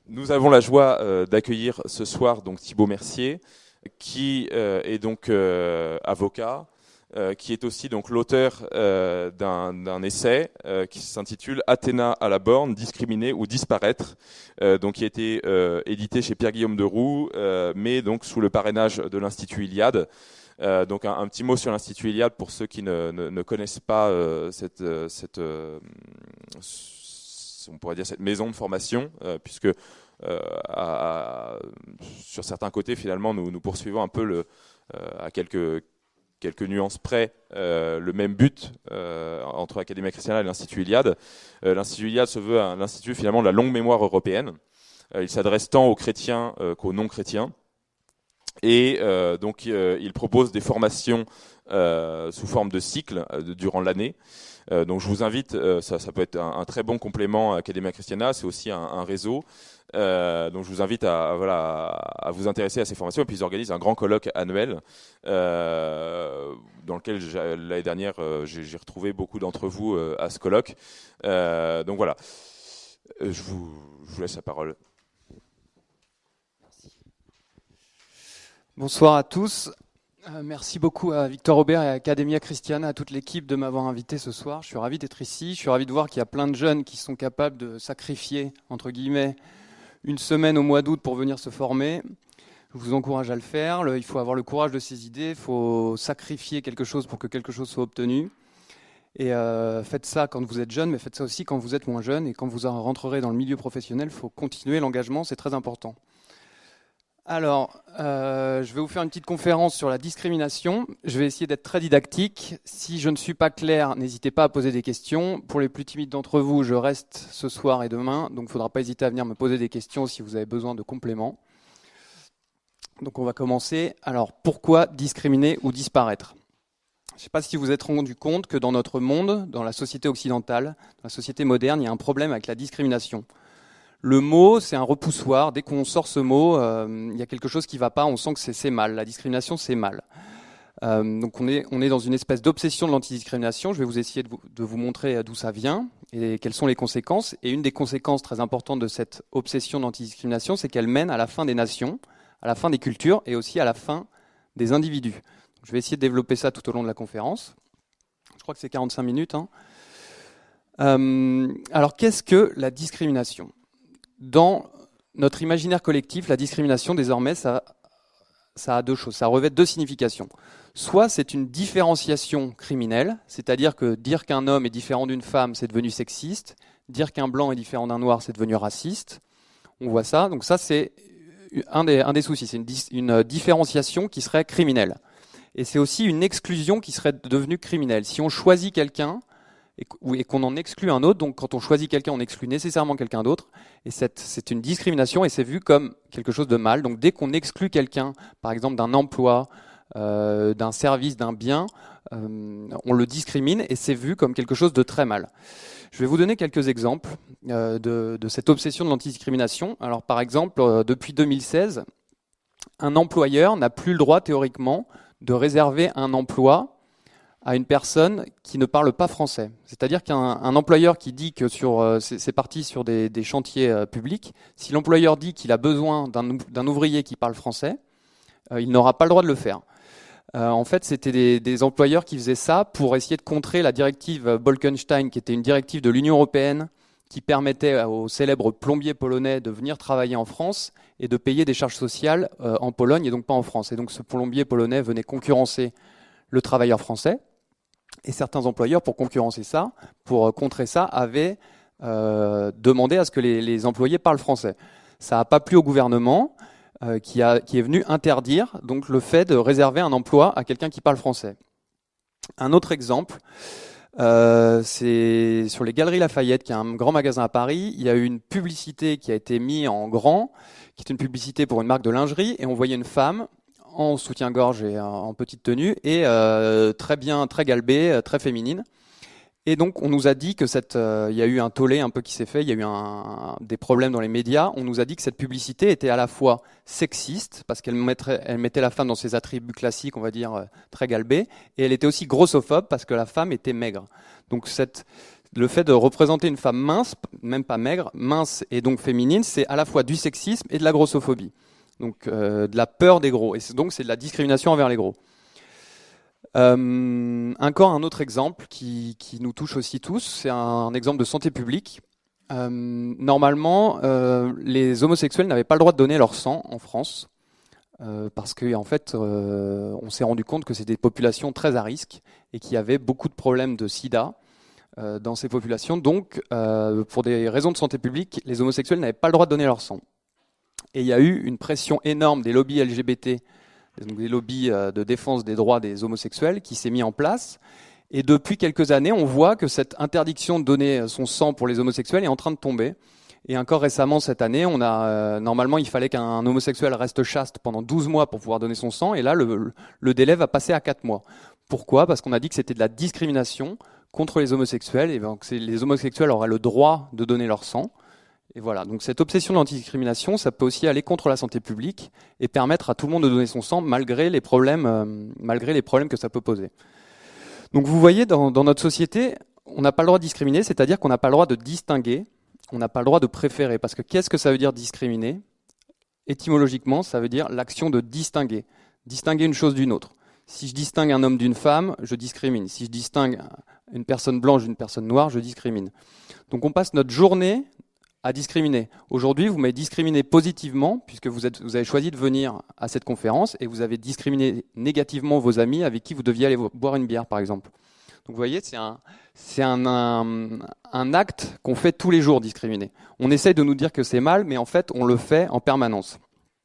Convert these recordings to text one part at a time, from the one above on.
Nous avons la joie d'accueillir ce soir donc Thibaut Mercier, qui est donc avocat, qui est aussi donc l'auteur d'un essai qui s'intitule Athéna à la borne, discriminer ou disparaître, donc qui a été édité chez Pierre-Guillaume Deroux, mais donc sous le parrainage de l'Institut Iliade. Donc un petit mot sur l'Institut Iliade pour ceux qui ne connaissent pas on pourrait dire cette maison de formation, puisque sur certains côtés finalement nous poursuivons un peu à quelques nuances près le même but entre l'Académia Christiana et l'Institut Iliade. L'Institut Iliade se veut un institut finalement de la longue mémoire européenne. Il s'adresse tant aux chrétiens qu'aux non-chrétiens. Et donc il propose des formations sous forme de cycle durant l'année. Donc je vous invite, ça peut être un très bon complément à Academia Christiana, c'est aussi un réseau. Donc je vous invite à vous intéresser à ces formations. Et puis ils organisent un grand colloque annuel dans lequel l'année dernière j'ai retrouvé beaucoup d'entre vous à ce colloque. Donc voilà, je vous laisse la parole. Bonsoir à tous. Merci beaucoup à Victor Aubert et à Academia Christiana, à toute l'équipe de m'avoir invité ce soir. Je suis ravi d'être ici. Je suis ravi de voir qu'il y a plein de jeunes qui sont capables de sacrifier, entre guillemets, une semaine au mois d'août pour venir se former. Je vous encourage à le faire. Il faut avoir le courage de ses idées. Il faut sacrifier quelque chose pour que quelque chose soit obtenu. Et faites ça quand vous êtes jeune, mais faites ça aussi quand vous êtes moins jeune. Et quand vous rentrerez dans le milieu professionnel, il faut continuer l'engagement, c'est très important. Alors, je vais vous faire une petite conférence sur la discrimination. Je vais essayer d'être très didactique. Si je ne suis pas clair, n'hésitez pas à poser des questions. Pour les plus timides d'entre vous, je reste ce soir et demain, donc il ne faudra pas hésiter à venir me poser des questions si vous avez besoin de compléments. Donc on va commencer. Alors, pourquoi discriminer ou disparaître ? Je ne sais pas si vous vous êtes rendu compte que dans notre monde, dans la société occidentale, dans la société moderne, il y a un problème avec la discrimination. Le mot, c'est un repoussoir. Dès qu'on sort ce mot, il y a quelque chose qui ne va pas, on sent que c'est mal. La discrimination, c'est mal. Donc on est dans une espèce d'obsession de l'antidiscrimination. Je vais vous essayer de vous montrer d'où ça vient et quelles sont les conséquences. Et une des conséquences très importantes de cette obsession de l'antidiscrimination, c'est qu'elle mène à la fin des nations, à la fin des cultures et aussi à la fin des individus. Donc, je vais essayer de développer ça tout au long de la conférence. Je crois que c'est 45 minutes. Alors, qu'est-ce que la discrimination ? Dans notre imaginaire collectif, la discrimination, désormais, ça a deux choses. Ça revêt deux significations. Soit c'est une différenciation criminelle, c'est-à-dire que dire qu'un homme est différent d'une femme, c'est devenu sexiste. Dire qu'un blanc est différent d'un noir, c'est devenu raciste. On voit ça. Donc ça, c'est un des soucis. C'est une différenciation qui serait criminelle. Et c'est aussi une exclusion qui serait devenue criminelle. Si on choisit quelqu'un et qu'on en exclut un autre, donc quand on choisit quelqu'un, on exclut nécessairement quelqu'un d'autre, et c'est une discrimination et c'est vu comme quelque chose de mal. Donc dès qu'on exclut quelqu'un, par exemple d'un emploi, d'un service, d'un bien, on le discrimine et c'est vu comme quelque chose de très mal. Je vais vous donner quelques exemples de cette obsession de l'antidiscrimination. Alors par exemple, depuis 2016, un employeur n'a plus le droit théoriquement de réserver un emploi à une personne qui ne parle pas français. C'est-à-dire qu'un employeur qui dit que c'est parti sur des chantiers publics, si l'employeur dit qu'il a besoin d'un ouvrier qui parle français, il n'aura pas le droit de le faire. En fait, c'était des employeurs qui faisaient ça pour essayer de contrer la directive Bolkestein, qui était une directive de l'Union européenne qui permettait aux célèbres plombiers polonais de venir travailler en France et de payer des charges sociales en Pologne et donc pas en France. Et donc ce plombier polonais venait concurrencer le travailleur français. Et certains employeurs, pour concurrencer ça, pour contrer ça, avaient demandé à ce que les employés parlent français. Ça n'a pas plu au gouvernement qui est venu interdire donc, le fait de réserver un emploi à quelqu'un qui parle français. Un autre exemple, c'est sur les Galeries Lafayette, qui est un grand magasin à Paris. Il y a eu une publicité qui a été mise en grand, qui est une publicité pour une marque de lingerie, et on voyait une femme en soutien-gorge et en petite tenue, et très bien, très galbée, très féminine. Et donc, on nous a dit que il y a eu un tollé un peu qui s'est fait, il y a eu des problèmes dans les médias. On nous a dit que cette publicité était à la fois sexiste, parce qu'elle mettait la femme dans ses attributs classiques, on va dire, très galbée, et elle était aussi grossophobe, parce que la femme était maigre. Donc, le fait de représenter une femme mince, même pas maigre, mince et donc féminine, c'est à la fois du sexisme et de la grossophobie. Donc de la peur des gros. Et donc c'est de la discrimination envers les gros. Encore un autre exemple qui nous touche aussi tous, c'est un exemple de santé publique. Normalement, les homosexuels n'avaient pas le droit de donner leur sang en France. Parce qu'en fait, on s'est rendu compte que c'était des populations très à risque et qu'il y avait beaucoup de problèmes de sida dans ces populations. Donc, pour des raisons de santé publique, les homosexuels n'avaient pas le droit de donner leur sang. Et il y a eu une pression énorme des lobbies LGBT, donc des lobbies de défense des droits des homosexuels, qui s'est mis en place. Et depuis quelques années, on voit que cette interdiction de donner son sang pour les homosexuels est en train de tomber. Et encore récemment, cette année, on a normalement, il fallait qu'un homosexuel reste chaste pendant 12 mois pour pouvoir donner son sang. Et là, le délai va passer à 4 mois. Pourquoi ? Parce qu'on a dit que c'était de la discrimination contre les homosexuels. Et donc, les homosexuels auraient le droit de donner leur sang. Et voilà. Donc, cette obsession de l'antidiscrimination, ça peut aussi aller contre la santé publique et permettre à tout le monde de donner son sang malgré les problèmes que ça peut poser. Donc, vous voyez, dans notre société, on n'a pas le droit de discriminer, c'est-à-dire qu'on n'a pas le droit de distinguer. On n'a pas le droit de préférer, parce que qu'est-ce que ça veut dire discriminer ? Étymologiquement, ça veut dire l'action de distinguer. Distinguer une chose d'une autre. Si je distingue un homme d'une femme, je discrimine. Si je distingue une personne blanche d'une personne noire, je discrimine. Donc on passe notre journée à discriminer. Aujourd'hui, vous m'avez discriminé positivement, puisque vous avez choisi de venir à cette conférence, et vous avez discriminé négativement vos amis avec qui vous deviez aller boire une bière, par exemple. Donc vous voyez, c'est un acte qu'on fait tous les jours, discriminer. On essaye de nous dire que c'est mal, mais en fait, on le fait en permanence.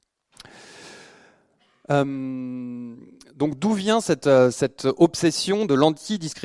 Donc d'où vient cette obsession de l'antidiscrimination ?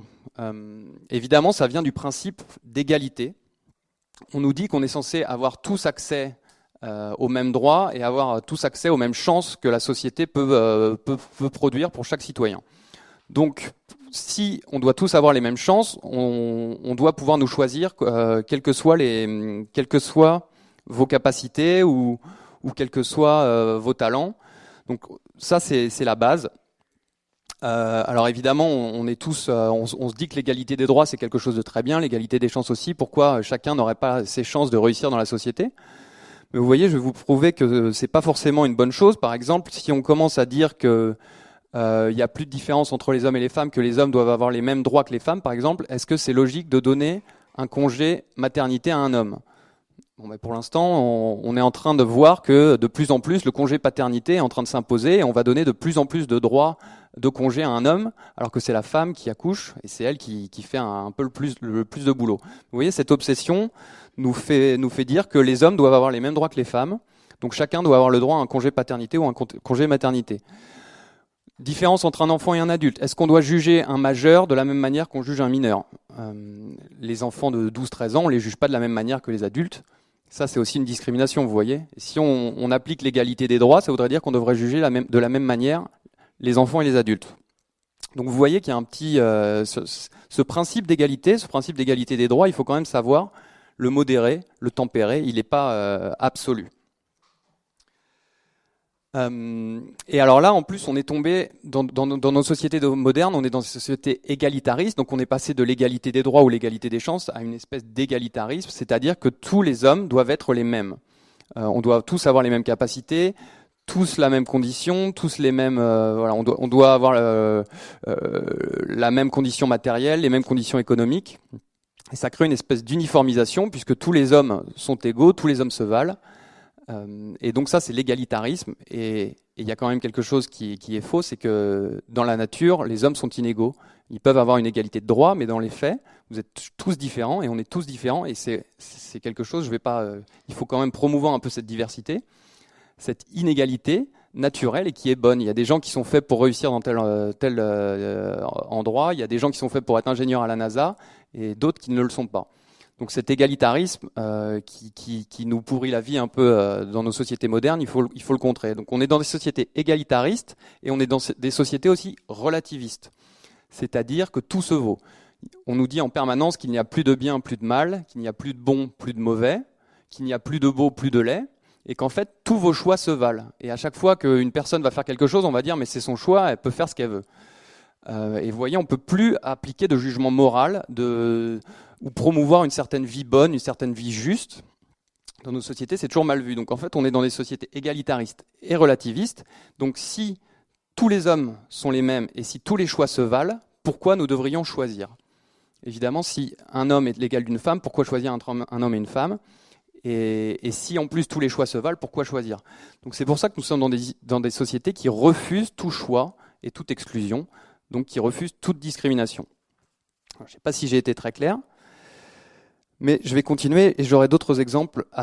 Évidemment, ça vient du principe d'égalité. On nous dit qu'on est censé avoir tous accès aux mêmes droits et avoir tous accès aux mêmes chances que la société peut produire pour chaque citoyen. Donc, si on doit tous avoir les mêmes chances, on doit pouvoir nous choisir, quelles que soient vos capacités ou quels que soient vos talents. Donc ça, c'est la base. Alors évidemment, on se dit que l'égalité des droits, c'est quelque chose de très bien, l'égalité des chances aussi. Pourquoi chacun n'aurait pas ses chances de réussir dans la société ? Mais vous voyez, je vais vous prouver que c'est pas forcément une bonne chose. Par exemple, si on commence à dire que il y a plus de différence entre les hommes et les femmes, que les hommes doivent avoir les mêmes droits que les femmes, par exemple, est-ce que c'est logique de donner un congé maternité à un homme ? Bon, mais pour l'instant, on est en train de voir que de plus en plus, le congé paternité est en train de s'imposer et on va donner de plus en plus de droits de congé à un homme, alors que c'est la femme qui accouche et c'est elle qui fait un peu le plus de boulot. Vous voyez, cette obsession nous fait dire que les hommes doivent avoir les mêmes droits que les femmes, donc chacun doit avoir le droit à un congé paternité ou un congé maternité. Différence entre un enfant et un adulte. Est-ce qu'on doit juger un majeur de la même manière qu'on juge un mineur ? Les enfants de 12-13 ans, on les juge pas de la même manière que les adultes. Ça, c'est aussi une discrimination, vous voyez. Si on applique l'égalité des droits, ça voudrait dire qu'on devrait juger de la même manière les enfants et les adultes. Donc vous voyez qu'il y a un petit... ce principe d'égalité des droits, il faut quand même savoir le modérer, le tempérer, il n'est pas absolu. Et alors là, en plus, on est tombé dans nos sociétés modernes, on est dans des sociétés égalitaristes, donc on est passé de l'égalité des droits ou l'égalité des chances à une espèce d'égalitarisme, c'est-à-dire que tous les hommes doivent être les mêmes. On doit tous avoir les mêmes capacités, tous la même condition, tous les mêmes. Voilà, on doit avoir la même condition matérielle, les mêmes conditions économiques, et ça crée une espèce d'uniformisation puisque tous les hommes sont égaux, tous les hommes se valent. Et donc ça, c'est l'égalitarisme. Et il y a quand même quelque chose qui est faux, c'est que dans la nature, les hommes sont inégaux. Ils peuvent avoir une égalité de droits, mais dans les faits, vous êtes tous différents et on est tous différents. Et c'est quelque chose, il faut quand même promouvoir un peu cette diversité, cette inégalité naturelle et qui est bonne. Il y a des gens qui sont faits pour réussir dans tel endroit, il y a des gens qui sont faits pour être ingénieurs à la NASA et d'autres qui ne le sont pas. Donc cet égalitarisme qui nous pourrit la vie un peu dans nos sociétés modernes, il faut le contrer. Donc on est dans des sociétés égalitaristes et on est dans des sociétés aussi relativistes. C'est-à-dire que tout se vaut. On nous dit en permanence qu'il n'y a plus de bien, plus de mal, qu'il n'y a plus de bon, plus de mauvais, qu'il n'y a plus de beau, plus de laid, et qu'en fait tous vos choix se valent. Et à chaque fois qu'une personne va faire quelque chose, on va dire mais c'est son choix, elle peut faire ce qu'elle veut. Et vous voyez, on ne peut plus appliquer de jugement moral ou promouvoir une certaine vie bonne, une certaine vie juste. Dans nos sociétés, c'est toujours mal vu. Donc en fait, on est dans des sociétés égalitaristes et relativistes. Donc si tous les hommes sont les mêmes et si tous les choix se valent, pourquoi nous devrions choisir ? Évidemment, si un homme est l'égal d'une femme, pourquoi choisir entre un homme et une femme ? Et si en plus tous les choix se valent, pourquoi choisir ? Donc c'est pour ça que nous sommes dans des sociétés qui refusent tout choix et toute exclusion, donc qui refusent toute discrimination. Alors, je ne sais pas si j'ai été très clair, mais je vais continuer et j'aurai d'autres exemples à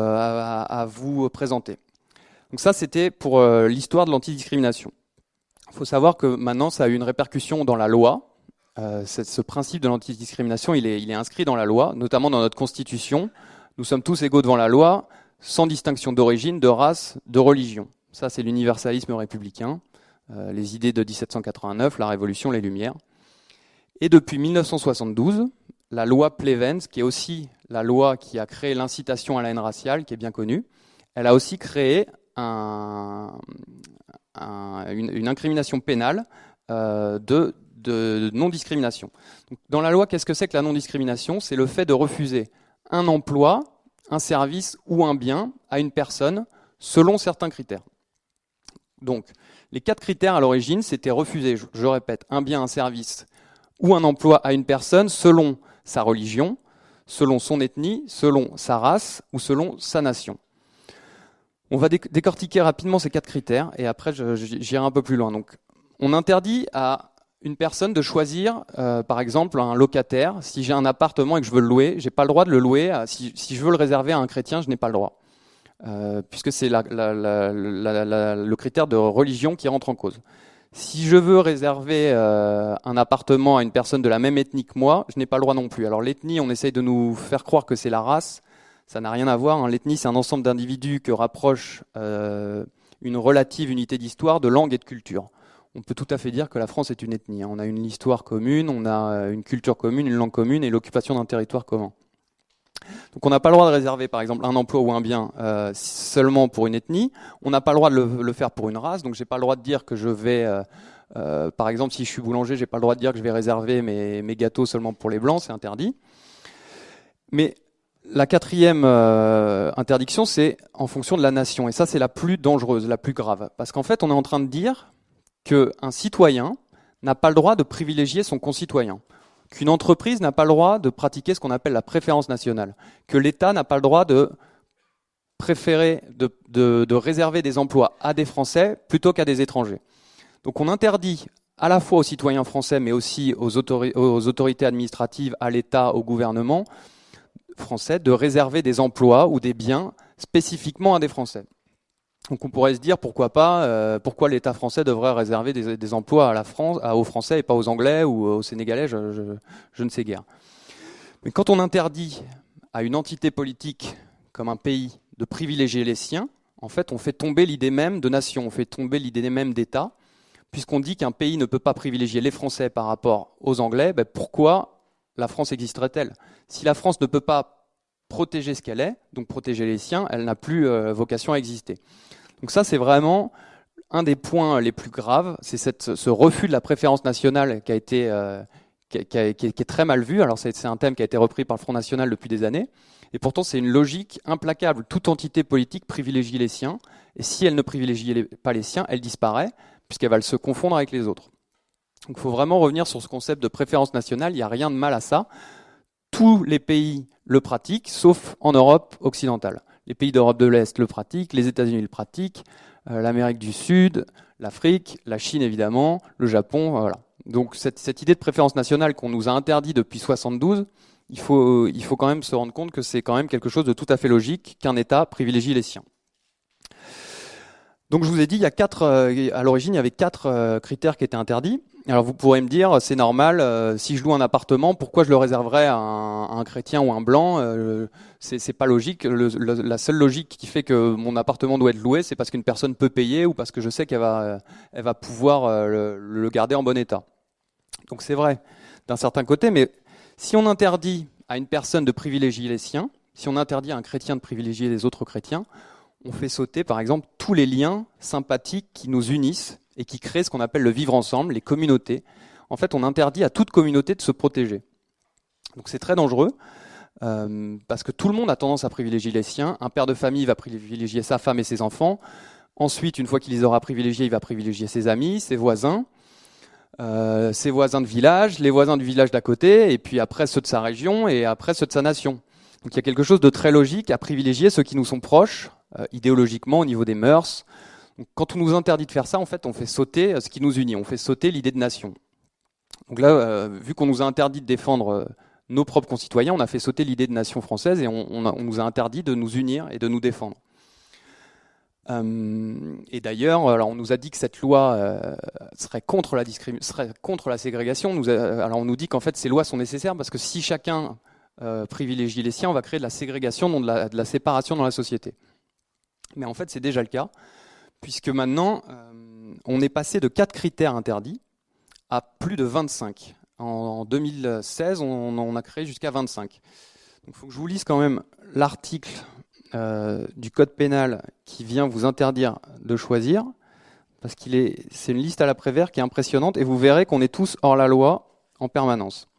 vous présenter. Donc ça, c'était pour l'histoire de l'antidiscrimination. Il faut savoir que maintenant, ça a eu une répercussion dans la loi. Ce principe de l'antidiscrimination, il est inscrit dans la loi, notamment dans notre Constitution. Nous sommes tous égaux devant la loi, sans distinction d'origine, de race, de religion. Ça, c'est l'universalisme républicain, les idées de 1789, la Révolution, les Lumières. Et depuis 1972, la loi Plevens, qui est aussi la loi qui a créé l'incitation à la haine raciale, qui est bien connue, elle a aussi créé une incrimination pénale de non-discrimination. Donc, dans la loi, qu'est-ce que c'est que la non-discrimination ? C'est le fait de refuser un emploi, un service ou un bien à une personne selon certains critères. Donc, les 4 critères à l'origine, c'était refuser, je répète, un bien, un service ou un emploi à une personne selon sa religion, selon son ethnie, selon sa race ou selon sa nation. On va décortiquer rapidement ces 4 critères et après j'irai un peu plus loin. Donc, on interdit à une personne de choisir, par exemple, un locataire. Si j'ai un appartement et que je veux le louer, j'ai pas le droit de le louer. Si je veux le réserver à un chrétien, je n'ai pas le droit, puisque c'est le critère de religion qui rentre en cause. Si je veux réserver un appartement à une personne de la même ethnie que moi, je n'ai pas le droit non plus. Alors l'ethnie, on essaye de nous faire croire que c'est la race. Ça n'a rien à voir. Hein. L'ethnie, c'est un ensemble d'individus que rapproche une relative unité d'histoire, de langue et de culture. On peut tout à fait dire que la France est une ethnie. On a une histoire commune, on a une culture commune, une langue commune et l'occupation d'un territoire commun. Donc on n'a pas le droit de réserver par exemple un emploi ou un bien seulement pour une ethnie. On n'a pas le droit de le faire pour une race. Donc j'ai pas le droit de dire que je vais, par exemple si je suis boulanger, j'ai pas le droit de dire que je vais réserver mes gâteaux seulement pour les blancs, c'est interdit. Mais la 4e interdiction, c'est en fonction de la nation. Et ça, c'est la plus dangereuse, la plus grave. Parce qu'en fait, on est en train de dire qu'un citoyen n'a pas le droit de privilégier son concitoyen, qu'une entreprise n'a pas le droit de pratiquer ce qu'on appelle la préférence nationale, que l'État n'a pas le droit de préférer, de réserver des emplois à des Français plutôt qu'à des étrangers. Donc on interdit à la fois aux citoyens français, mais aussi aux autorités administratives, à l'État, au gouvernement français, de réserver des emplois ou des biens spécifiquement à des Français. Donc on pourrait se dire pourquoi pas, pourquoi l'État français devrait réserver des emplois à la France, aux Français et pas aux Anglais ou aux Sénégalais, je ne sais guère. Mais quand on interdit à une entité politique comme un pays de privilégier les siens, en fait on fait tomber l'idée même de nation, on fait tomber l'idée même d'État, puisqu'on dit qu'un pays ne peut pas privilégier les Français par rapport aux Anglais, pourquoi la France existerait-elle ? Si la France ne peut pas protéger ce qu'elle est, donc protéger les siens, elle n'a plus vocation à exister. Donc ça, c'est vraiment un des points les plus graves, c'est ce refus de la préférence nationale qui est très mal vu. Alors c'est un thème qui a été repris par le Front National depuis des années, et pourtant c'est une logique implacable. Toute entité politique privilégie les siens, et si elle ne privilégie pas les siens, elle disparaît, puisqu'elle va se confondre avec les autres. Donc il faut vraiment revenir sur ce concept de préférence nationale, il n'y a rien de mal à ça. Tous les pays le pratiquent, sauf en Europe occidentale. Les pays d'Europe de l'Est le pratiquent, les États-Unis le pratiquent, l'Amérique du Sud, l'Afrique, la Chine évidemment, le Japon, voilà. Donc cette idée de préférence nationale qu'on nous a interdit depuis 1972, il faut quand même se rendre compte que c'est quand même quelque chose de tout à fait logique qu'un État privilégie les siens. Donc je vous ai dit, à l'origine, il y avait 4 critères qui étaient interdits. Alors vous pourrez me dire, c'est normal, si je loue un appartement, pourquoi je le réserverais à un chrétien ou un blanc ? C'est pas logique. La seule logique qui fait que mon appartement doit être loué, c'est parce qu'une personne peut payer ou parce que je sais qu'elle va pouvoir le garder en bon état. Donc c'est vrai d'un certain côté, mais si on interdit à une personne de privilégier les siens, si on interdit à un chrétien de privilégier les autres chrétiens, on fait sauter par exemple tous les liens sympathiques qui nous unissent et qui créent ce qu'on appelle le vivre ensemble, les communautés. En fait, on interdit à toute communauté de se protéger. Donc c'est très dangereux parce que tout le monde a tendance à privilégier les siens. Un père de famille va privilégier sa femme et ses enfants. Ensuite, une fois qu'il les aura privilégiés, il va privilégier ses amis, ses voisins de village, les voisins du village d'à côté, et puis après ceux de sa région, et après ceux de sa nation. Donc il y a quelque chose de très logique à privilégier ceux qui nous sont proches, idéologiquement, au niveau des mœurs. Donc, quand on nous interdit de faire ça, en fait, on fait sauter ce qui nous unit, on fait sauter l'idée de nation. Donc là, vu qu'on nous a interdit de défendre nos propres concitoyens, on a fait sauter l'idée de nation française, et on nous a interdit de nous unir et de nous défendre. Et d'ailleurs, alors on nous a dit que cette loi serait contre la ségrégation. Alors on nous dit qu'en fait ces lois sont nécessaires parce que si chacun privilégie les siens, on va créer de la ségrégation, non de la séparation dans la société. Mais en fait c'est déjà le cas, puisque maintenant on est passé de 4 critères interdits à plus de 25. En 2016, on a créé jusqu'à 25. Donc il faut que je vous lise quand même l'article du code pénal qui vient vous interdire de choisir, parce c'est une liste à la Prévert qui est impressionnante, et vous verrez qu'on est tous hors la loi en permanence.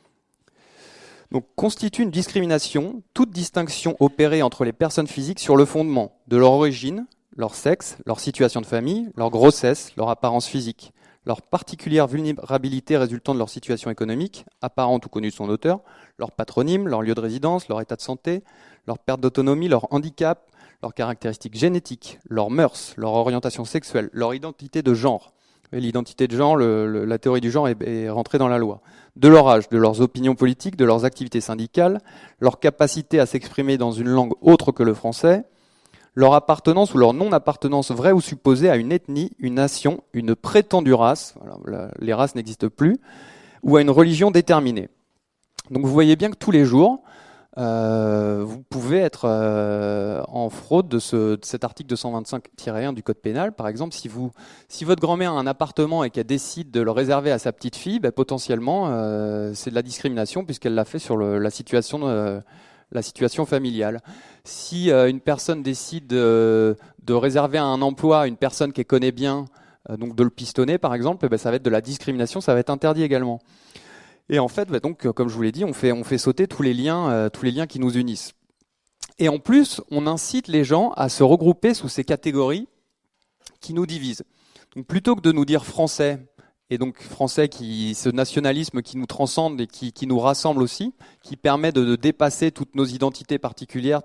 Donc, constitue une discrimination, toute distinction opérée entre les personnes physiques sur le fondement de leur origine, leur sexe, leur situation de famille, leur grossesse, leur apparence physique, leur particulière vulnérabilité résultant de leur situation économique, apparente ou connue de son auteur, leur patronyme, leur lieu de résidence, leur état de santé, leur perte d'autonomie, leur handicap, leurs caractéristiques génétiques, leurs mœurs, leur orientation sexuelle, leur identité de genre. L'identité de genre, la théorie du genre est rentrée dans la loi. De leur âge, de leurs opinions politiques, de leurs activités syndicales, leur capacité à s'exprimer dans une langue autre que le français, leur appartenance ou leur non-appartenance vraie ou supposée à une ethnie, une nation, une prétendue race, voilà, les races n'existent plus, ou à une religion déterminée. Donc vous voyez bien que tous les jours, vous pouvez être en fraude de cet article 225-1 du Code pénal. Par exemple, si votre grand-mère a un appartement et qu'elle décide de le réserver à sa petite fille, potentiellement, c'est de la discrimination puisqu'elle l'a fait sur la situation familiale. Si une personne décide de réserver un emploi à une personne qu'elle connaît bien, donc de le pistonner par exemple, ça va être de la discrimination, ça va être interdit également. Et en fait, donc, comme je vous l'ai dit, on fait sauter tous les liens qui nous unissent. Et en plus, on incite les gens à se regrouper sous ces catégories qui nous divisent. Donc, plutôt que de nous dire français, et donc français ce nationalisme qui nous transcende et qui nous rassemble aussi, qui permet de dépasser toutes nos identités particulières,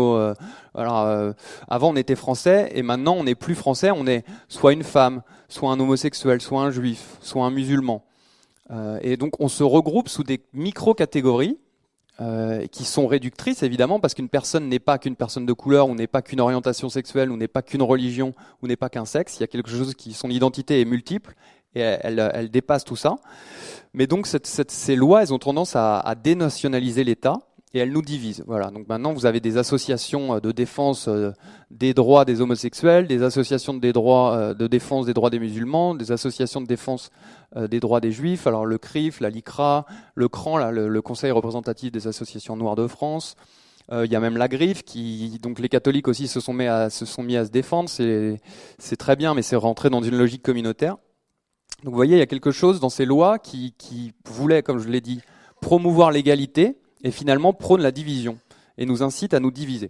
avant on était français et maintenant on n'est plus français, on est soit une femme, soit un homosexuel, soit un juif, soit un musulman. Et donc on se regroupe sous des micro-catégories qui sont réductrices évidemment parce qu'une personne n'est pas qu'une personne de couleur ou n'est pas qu'une orientation sexuelle ou n'est pas qu'une religion ou n'est pas qu'un sexe, il y a quelque chose son identité est multiple et elle dépasse tout ça. Mais donc ces lois, elles ont tendance à dénationaliser l'État et elles nous divisent. Voilà. Donc maintenant vous avez des associations de défense des droits des homosexuels, des associations de défense des droits des musulmans, des associations de défense des droits des juifs, alors le CRIF, la LICRA, le CRAN, le Conseil représentatif des associations noires de France. Il y a même la Griffe, donc les catholiques aussi se sont mis à se défendre. C'est très bien, mais c'est rentré dans une logique communautaire. Donc vous voyez, il y a quelque chose dans ces lois qui voulait, comme je l'ai dit, promouvoir l'égalité et finalement prône la division et nous incite à nous diviser.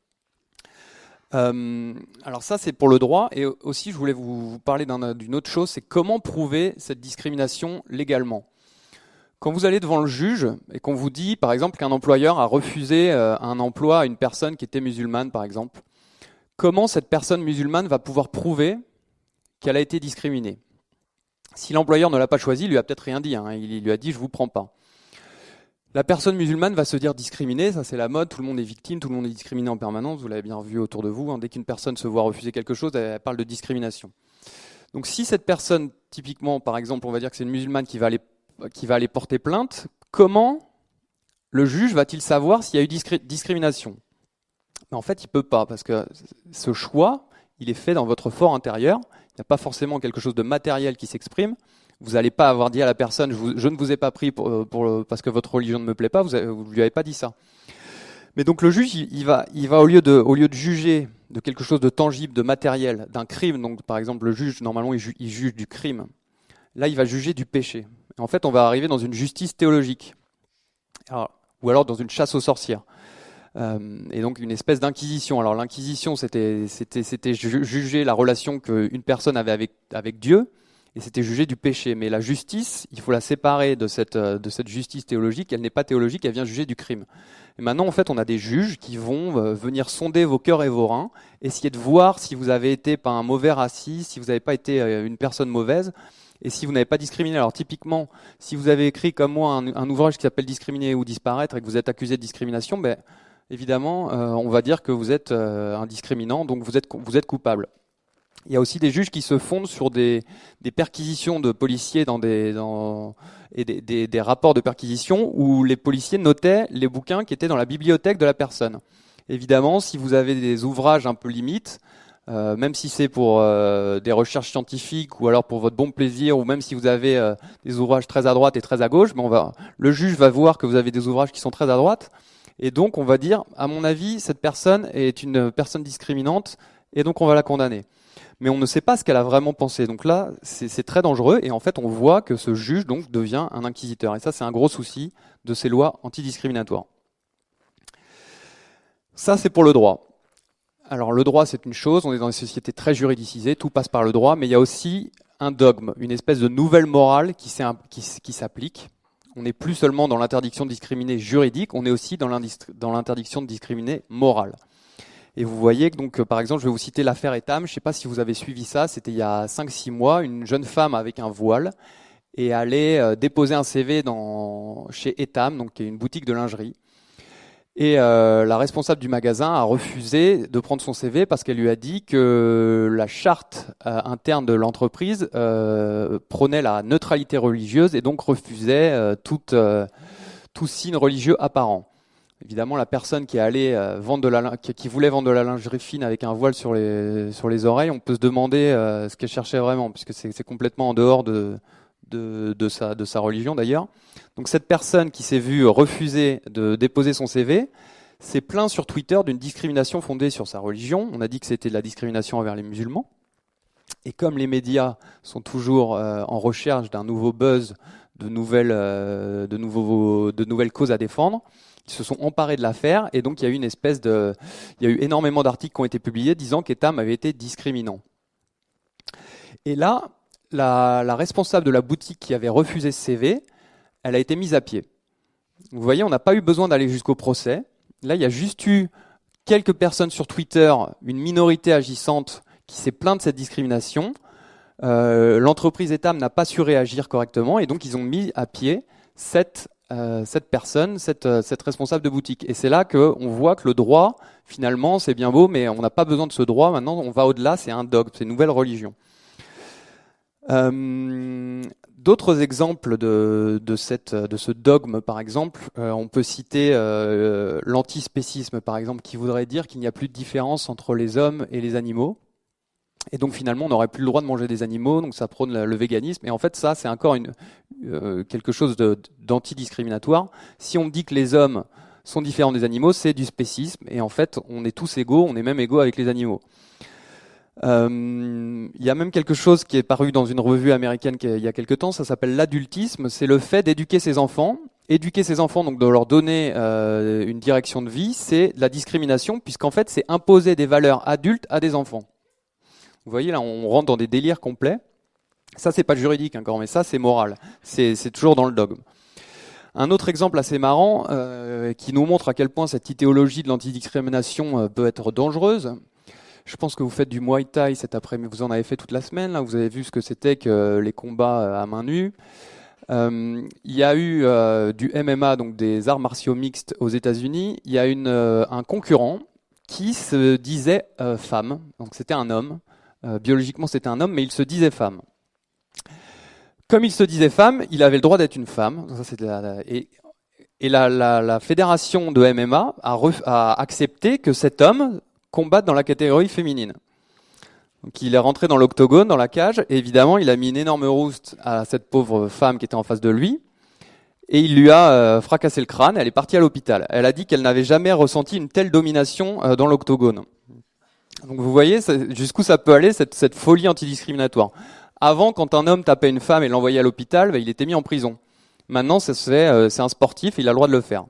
Alors ça c'est pour le droit, et aussi je voulais vous parler d'une autre chose, c'est comment prouver cette discrimination légalement. Quand vous allez devant le juge et qu'on vous dit par exemple qu'un employeur a refusé un emploi à une personne qui était musulmane par exemple, comment cette personne musulmane va pouvoir prouver qu'elle a été discriminée? Si l'employeur ne l'a pas choisi, il lui a peut-être rien dit, il lui a dit je vous prends pas. La personne musulmane va se dire discriminée, ça c'est la mode, tout le monde est victime, tout le monde est discriminé en permanence, vous l'avez bien vu autour de vous, dès qu'une personne se voit refuser quelque chose, elle parle de discrimination. Donc si cette personne, typiquement par exemple, on va dire que c'est une musulmane qui va aller porter plainte, comment le juge va-t-il savoir s'il y a eu discrimination? Mais en fait il peut pas, parce que ce choix, il est fait dans votre fort intérieur, il n'y a pas forcément quelque chose de matériel qui s'exprime. Vous n'allez pas avoir dit à la personne je ne vous ai pas pris parce que votre religion ne me plaît pas, vous lui avez pas dit ça. Mais donc le juge, il va au lieu de juger de quelque chose de tangible, de matériel, d'un crime, donc par exemple le juge, normalement il juge du crime, là il va juger du péché. En fait on va arriver dans une justice théologique, ou alors dans une chasse aux sorcières. Et donc une espèce d'inquisition. Alors l'inquisition c'était juger la relation qu'une personne avait avec Dieu, et c'était juger du péché. Mais la justice, il faut la séparer de cette justice théologique. Elle n'est pas théologique, elle vient juger du crime. Et maintenant, en fait, on a des juges qui vont venir sonder vos cœurs et vos reins, essayer de voir si vous avez été pas un mauvais raciste, si vous n'avez pas été une personne mauvaise, et si vous n'avez pas discriminé. Alors typiquement, si vous avez écrit comme moi un ouvrage qui s'appelle Discriminer ou disparaître et que vous êtes accusé de discrimination, ben évidemment, on va dire que vous êtes un discriminant, donc vous êtes coupable. Il y a aussi des juges qui se fondent sur des perquisitions de policiers et des rapports de perquisition où les policiers notaient les bouquins qui étaient dans la bibliothèque de la personne. Évidemment, si vous avez des ouvrages un peu limites, même si c'est pour des recherches scientifiques ou alors pour votre bon plaisir, ou même si vous avez des ouvrages très à droite et très à gauche, le juge va voir que vous avez des ouvrages qui sont très à droite, et donc on va dire, à mon avis, cette personne est une personne discriminante, et donc on va la condamner. Mais on ne sait pas ce qu'elle a vraiment pensé. Donc là, c'est très dangereux, et en fait, on voit que ce juge donc devient un inquisiteur. Et ça, c'est un gros souci de ces lois antidiscriminatoires. Ça, c'est pour le droit. Alors, le droit, c'est une chose. On est dans une société très juridicisée, tout passe par le droit, mais il y a aussi un dogme, une espèce de nouvelle morale qui s'applique. On n'est plus seulement dans l'interdiction de discriminer juridique, on est aussi dans l'interdiction de discriminer morale. Et vous voyez que donc, par exemple, je vais vous citer l'affaire Etam. Je ne sais pas si vous avez suivi ça. C'était il y a 5-6 mois. Une jeune femme avec un voile est allée déposer un CV chez Etam, donc qui est une boutique de lingerie. Et la responsable du magasin a refusé de prendre son CV parce qu'elle lui a dit que la charte interne de l'entreprise prônait la neutralité religieuse et donc refusait tout signe religieux apparent. Évidemment, la personne qui est allée qui voulait vendre de la lingerie fine avec un voile sur les oreilles, on peut se demander ce qu'elle cherchait vraiment, puisque c'est complètement en dehors de sa religion d'ailleurs. Donc cette personne qui s'est vue refuser de déposer son CV s'est plaint sur Twitter d'une discrimination fondée sur sa religion. On a dit que c'était de la discrimination envers les musulmans. Et comme les médias sont toujours en recherche d'un nouveau buzz, de nouvelles causes à défendre, ils se sont emparés de l'affaire, et donc il y a eu énormément d'articles qui ont été publiés disant qu'Etam avait été discriminant. Et là, la responsable de la boutique qui avait refusé ce CV, elle a été mise à pied. Vous voyez, on n'a pas eu besoin d'aller jusqu'au procès. Là, il y a juste eu quelques personnes sur Twitter, une minorité agissante qui s'est plainte de cette discrimination. L'entreprise Etam n'a pas su réagir correctement, et donc ils ont mis à pied cette personne, cette responsable de boutique. Et c'est là qu'on voit que le droit, finalement, c'est bien beau, mais on n'a pas besoin de ce droit. Maintenant, on va au-delà, c'est un dogme, c'est une nouvelle religion. D'autres exemples de ce dogme, par exemple, on peut citer l'antispécisme, par exemple, qui voudrait dire qu'il n'y a plus de différence entre les hommes et les animaux. Et donc finalement, on n'aurait plus le droit de manger des animaux, donc ça prône le véganisme. Et en fait, ça, c'est encore quelque chose d'antidiscriminatoire. Si on dit que les hommes sont différents des animaux, c'est du spécisme. Et en fait, on est tous égaux, on est même égaux avec les animaux. Il y a même quelque chose qui est paru dans une revue américaine il y a quelque temps, ça s'appelle l'adultisme. C'est le fait d'éduquer ses enfants. Éduquer ses enfants, donc de leur donner une direction de vie, c'est de la discrimination, puisqu'en fait, c'est imposer des valeurs adultes à des enfants. Vous voyez, là, on rentre dans des délires complets. Ça, c'est pas juridique encore, mais ça, c'est moral. C'est toujours dans le dogme. Un autre exemple assez marrant, qui nous montre à quel point cette idéologie de l'antidiscrimination peut être dangereuse. Je pense que vous faites du Muay Thai cet après-midi, vous en avez fait toute la semaine, là, vous avez vu ce que c'était que les combats à main nue. Il y a eu du MMA, donc des arts martiaux mixtes aux États-Unis. Il y a un concurrent qui se disait femme, donc c'était un homme. Biologiquement, c'était un homme, mais il se disait femme. Comme il se disait femme, il avait le droit d'être une femme. Et la fédération de MMA a accepté que cet homme combatte dans la catégorie féminine. Donc il est rentré dans l'octogone, dans la cage, et évidemment, il a mis une énorme rouste à cette pauvre femme qui était en face de lui, et il lui a fracassé le crâne, elle est partie à l'hôpital. Elle a dit qu'elle n'avait jamais ressenti une telle domination dans l'octogone. Donc vous voyez jusqu'où ça peut aller, cette folie antidiscriminatoire. Avant, quand un homme tapait une femme et l'envoyait à l'hôpital, il était mis en prison. Maintenant, c'est un sportif, il a le droit de le faire.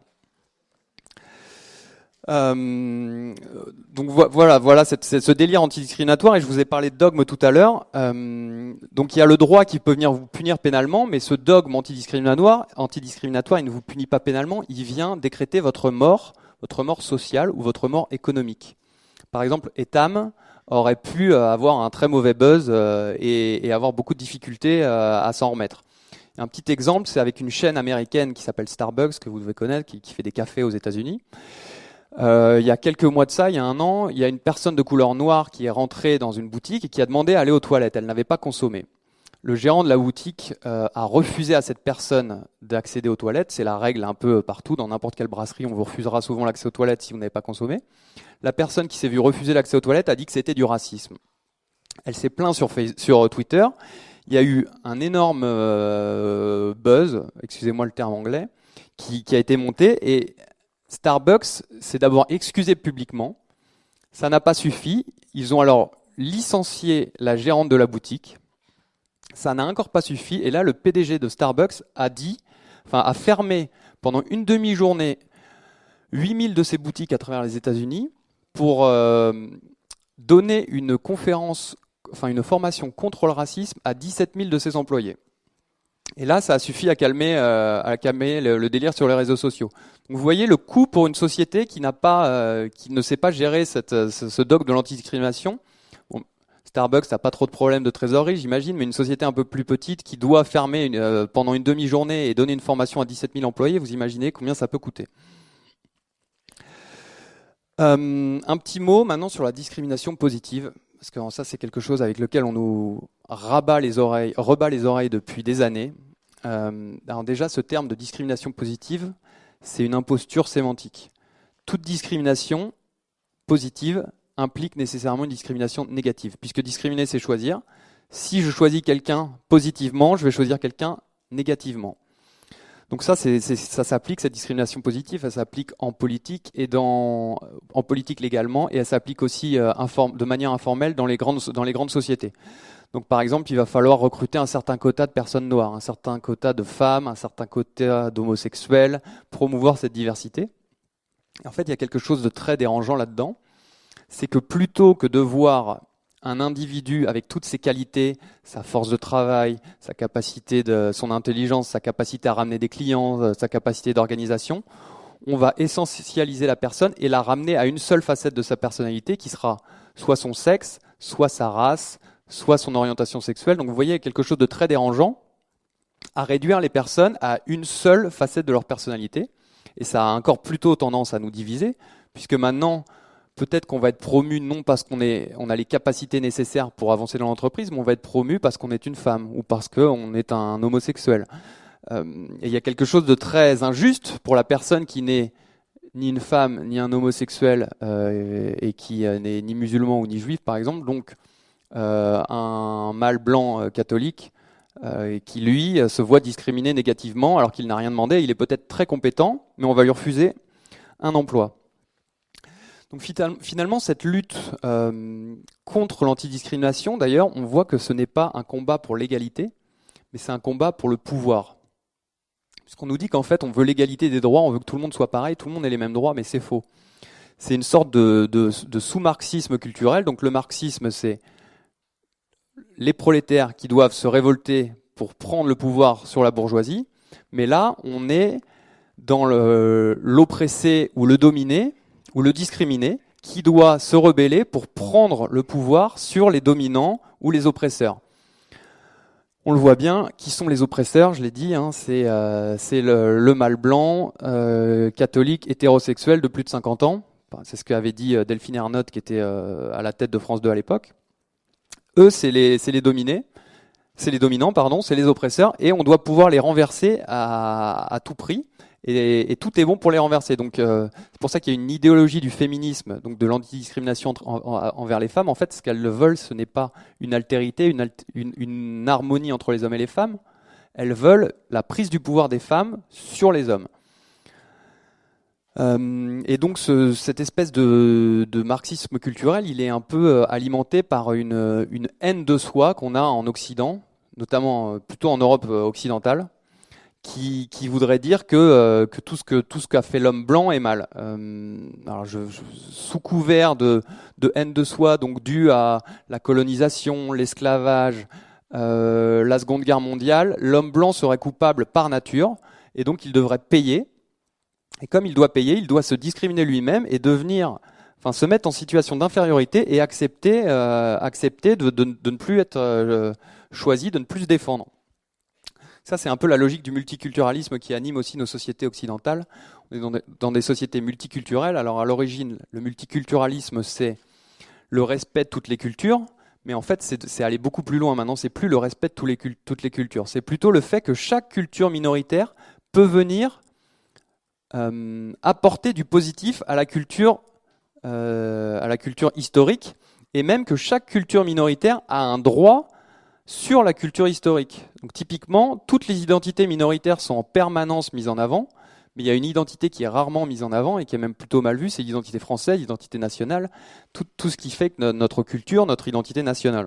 Donc voilà ce délire antidiscriminatoire, et je vous ai parlé de dogme tout à l'heure. Donc il y a le droit qui peut venir vous punir pénalement, mais ce dogme antidiscriminatoire, il ne vous punit pas pénalement, il vient décréter votre mort sociale ou votre mort économique. Par exemple, Etam aurait pu avoir un très mauvais buzz et avoir beaucoup de difficultés à s'en remettre. Un petit exemple, c'est avec une chaîne américaine qui s'appelle Starbucks, que vous devez connaître, qui fait des cafés aux États-Unis. Il y a quelques mois de ça, il y a un an, il y a une personne de couleur noire qui est rentrée dans une boutique et qui a demandé à aller aux toilettes. Elle n'avait pas consommé. Le gérant de la boutique a refusé à cette personne d'accéder aux toilettes. C'est la règle un peu partout, dans n'importe quelle brasserie, on vous refusera souvent l'accès aux toilettes si vous n'avez pas consommé. La personne qui s'est vue refuser l'accès aux toilettes a dit que c'était du racisme. Elle s'est plainte sur Twitter. Il y a eu un énorme buzz, excusez-moi le terme anglais, qui a été monté, et Starbucks s'est d'abord excusé publiquement. Ça n'a pas suffi. Ils ont alors licencié la gérante de la boutique. Ça n'a encore pas suffi. Et là, le PDG de Starbucks a fermé pendant une demi-journée 8000 de ses boutiques à travers les États-Unis pour donner une formation contre le racisme à 17 000 de ses employés. Et là, ça a suffi à calmer le délire sur les réseaux sociaux. Donc, vous voyez le coût pour une société qui ne sait pas gérer ce dogme de l'antidiscrimination. Bon, Starbucks n'a pas trop de problèmes de trésorerie, j'imagine, mais une société un peu plus petite qui doit fermer pendant une demi-journée et donner une formation à 17 000 employés, vous imaginez combien ça peut coûter. Un petit mot maintenant sur la discrimination positive, parce que ça c'est quelque chose avec lequel on nous rebat les oreilles depuis des années. Alors déjà, ce terme de discrimination positive, c'est une imposture sémantique. Toute discrimination positive implique nécessairement une discrimination négative, puisque discriminer, c'est choisir. Si je choisis quelqu'un positivement, je vais choisir quelqu'un négativement. Donc ça s'applique, cette discrimination positive, elle s'applique en politique et en politique légalement, et elle s'applique aussi de manière informelle dans les grandes sociétés. Donc par exemple, il va falloir recruter un certain quota de personnes noires, un certain quota de femmes, un certain quota d'homosexuels, promouvoir cette diversité. En fait, il y a quelque chose de très dérangeant là-dedans, c'est que plutôt que de voir un individu avec toutes ses qualités, sa force de travail, son intelligence, sa capacité à ramener des clients, sa capacité d'organisation, on va essentialiser la personne et la ramener à une seule facette de sa personnalité qui sera soit son sexe, soit sa race, soit son orientation sexuelle. Donc vous voyez, il y a quelque chose de très dérangeant à réduire les personnes à une seule facette de leur personnalité. Et ça a encore plutôt tendance à nous diviser, puisque maintenant, peut-être qu'on va être promu non parce qu'on a les capacités nécessaires pour avancer dans l'entreprise, mais on va être promu parce qu'on est une femme ou parce qu'on est un homosexuel. Et il y a quelque chose de très injuste pour la personne qui n'est ni une femme, ni un homosexuel, et qui n'est ni musulman ou ni juif, par exemple. Donc, un mâle blanc catholique qui, lui, se voit discriminé négativement alors qu'il n'a rien demandé. Il est peut-être très compétent, mais on va lui refuser un emploi. Donc finalement, cette lutte contre l'antidiscrimination, d'ailleurs, on voit que ce n'est pas un combat pour l'égalité, mais c'est un combat pour le pouvoir. Puisqu'on nous dit qu'en fait, on veut l'égalité des droits, on veut que tout le monde soit pareil, tout le monde ait les mêmes droits, mais c'est faux. C'est une sorte de sous-marxisme culturel. Donc le marxisme, c'est les prolétaires qui doivent se révolter pour prendre le pouvoir sur la bourgeoisie. Mais là, on est dans l'oppressé ou le dominé, ou le discriminé, qui doit se rebeller pour prendre le pouvoir sur les dominants ou les oppresseurs. On le voit bien, qui sont les oppresseurs, je l'ai dit, c'est le mâle blanc, catholique, hétérosexuel de plus de 50 ans. C'est ce qu'avait dit Delphine Ernotte, qui était à la tête de France 2 à l'époque. Eux, c'est les dominants, c'est les oppresseurs, et on doit pouvoir les renverser à tout prix. Et tout est bon pour les renverser. Donc c'est pour ça qu'il y a une idéologie du féminisme, donc de l'antidiscrimination envers les femmes. En fait, ce qu'elles veulent, ce n'est pas une altérité, une harmonie entre les hommes et les femmes. Elles veulent la prise du pouvoir des femmes sur les hommes. Et donc cette espèce de marxisme culturel, il est un peu alimenté par une haine de soi qu'on a en Occident, notamment plutôt en Europe occidentale, qui voudrait dire que tout ce qu'a fait l'homme blanc est mal. Alors sous couvert de haine de soi, donc due à la colonisation, l'esclavage, la Seconde Guerre mondiale, l'homme blanc serait coupable par nature, et donc il devrait payer. Et comme il doit payer, il doit se discriminer lui-même et se mettre en situation d'infériorité et accepter de ne plus être choisi, de ne plus se défendre. Ça, c'est un peu la logique du multiculturalisme qui anime aussi nos sociétés occidentales. On est dans des sociétés multiculturelles. Alors à l'origine, le multiculturalisme, c'est le respect de toutes les cultures, mais en fait, c'est aller beaucoup plus loin maintenant. C'est plus le respect de toutes les cultures. C'est plutôt le fait que chaque culture minoritaire peut venir apporter du positif à la culture historique, et même que chaque culture minoritaire a un droit sur la culture historique. Donc typiquement, toutes les identités minoritaires sont en permanence mises en avant, mais il y a une identité qui est rarement mise en avant et qui est même plutôt mal vue, c'est l'identité française, l'identité nationale, tout ce qui fait que notre culture, notre identité nationale.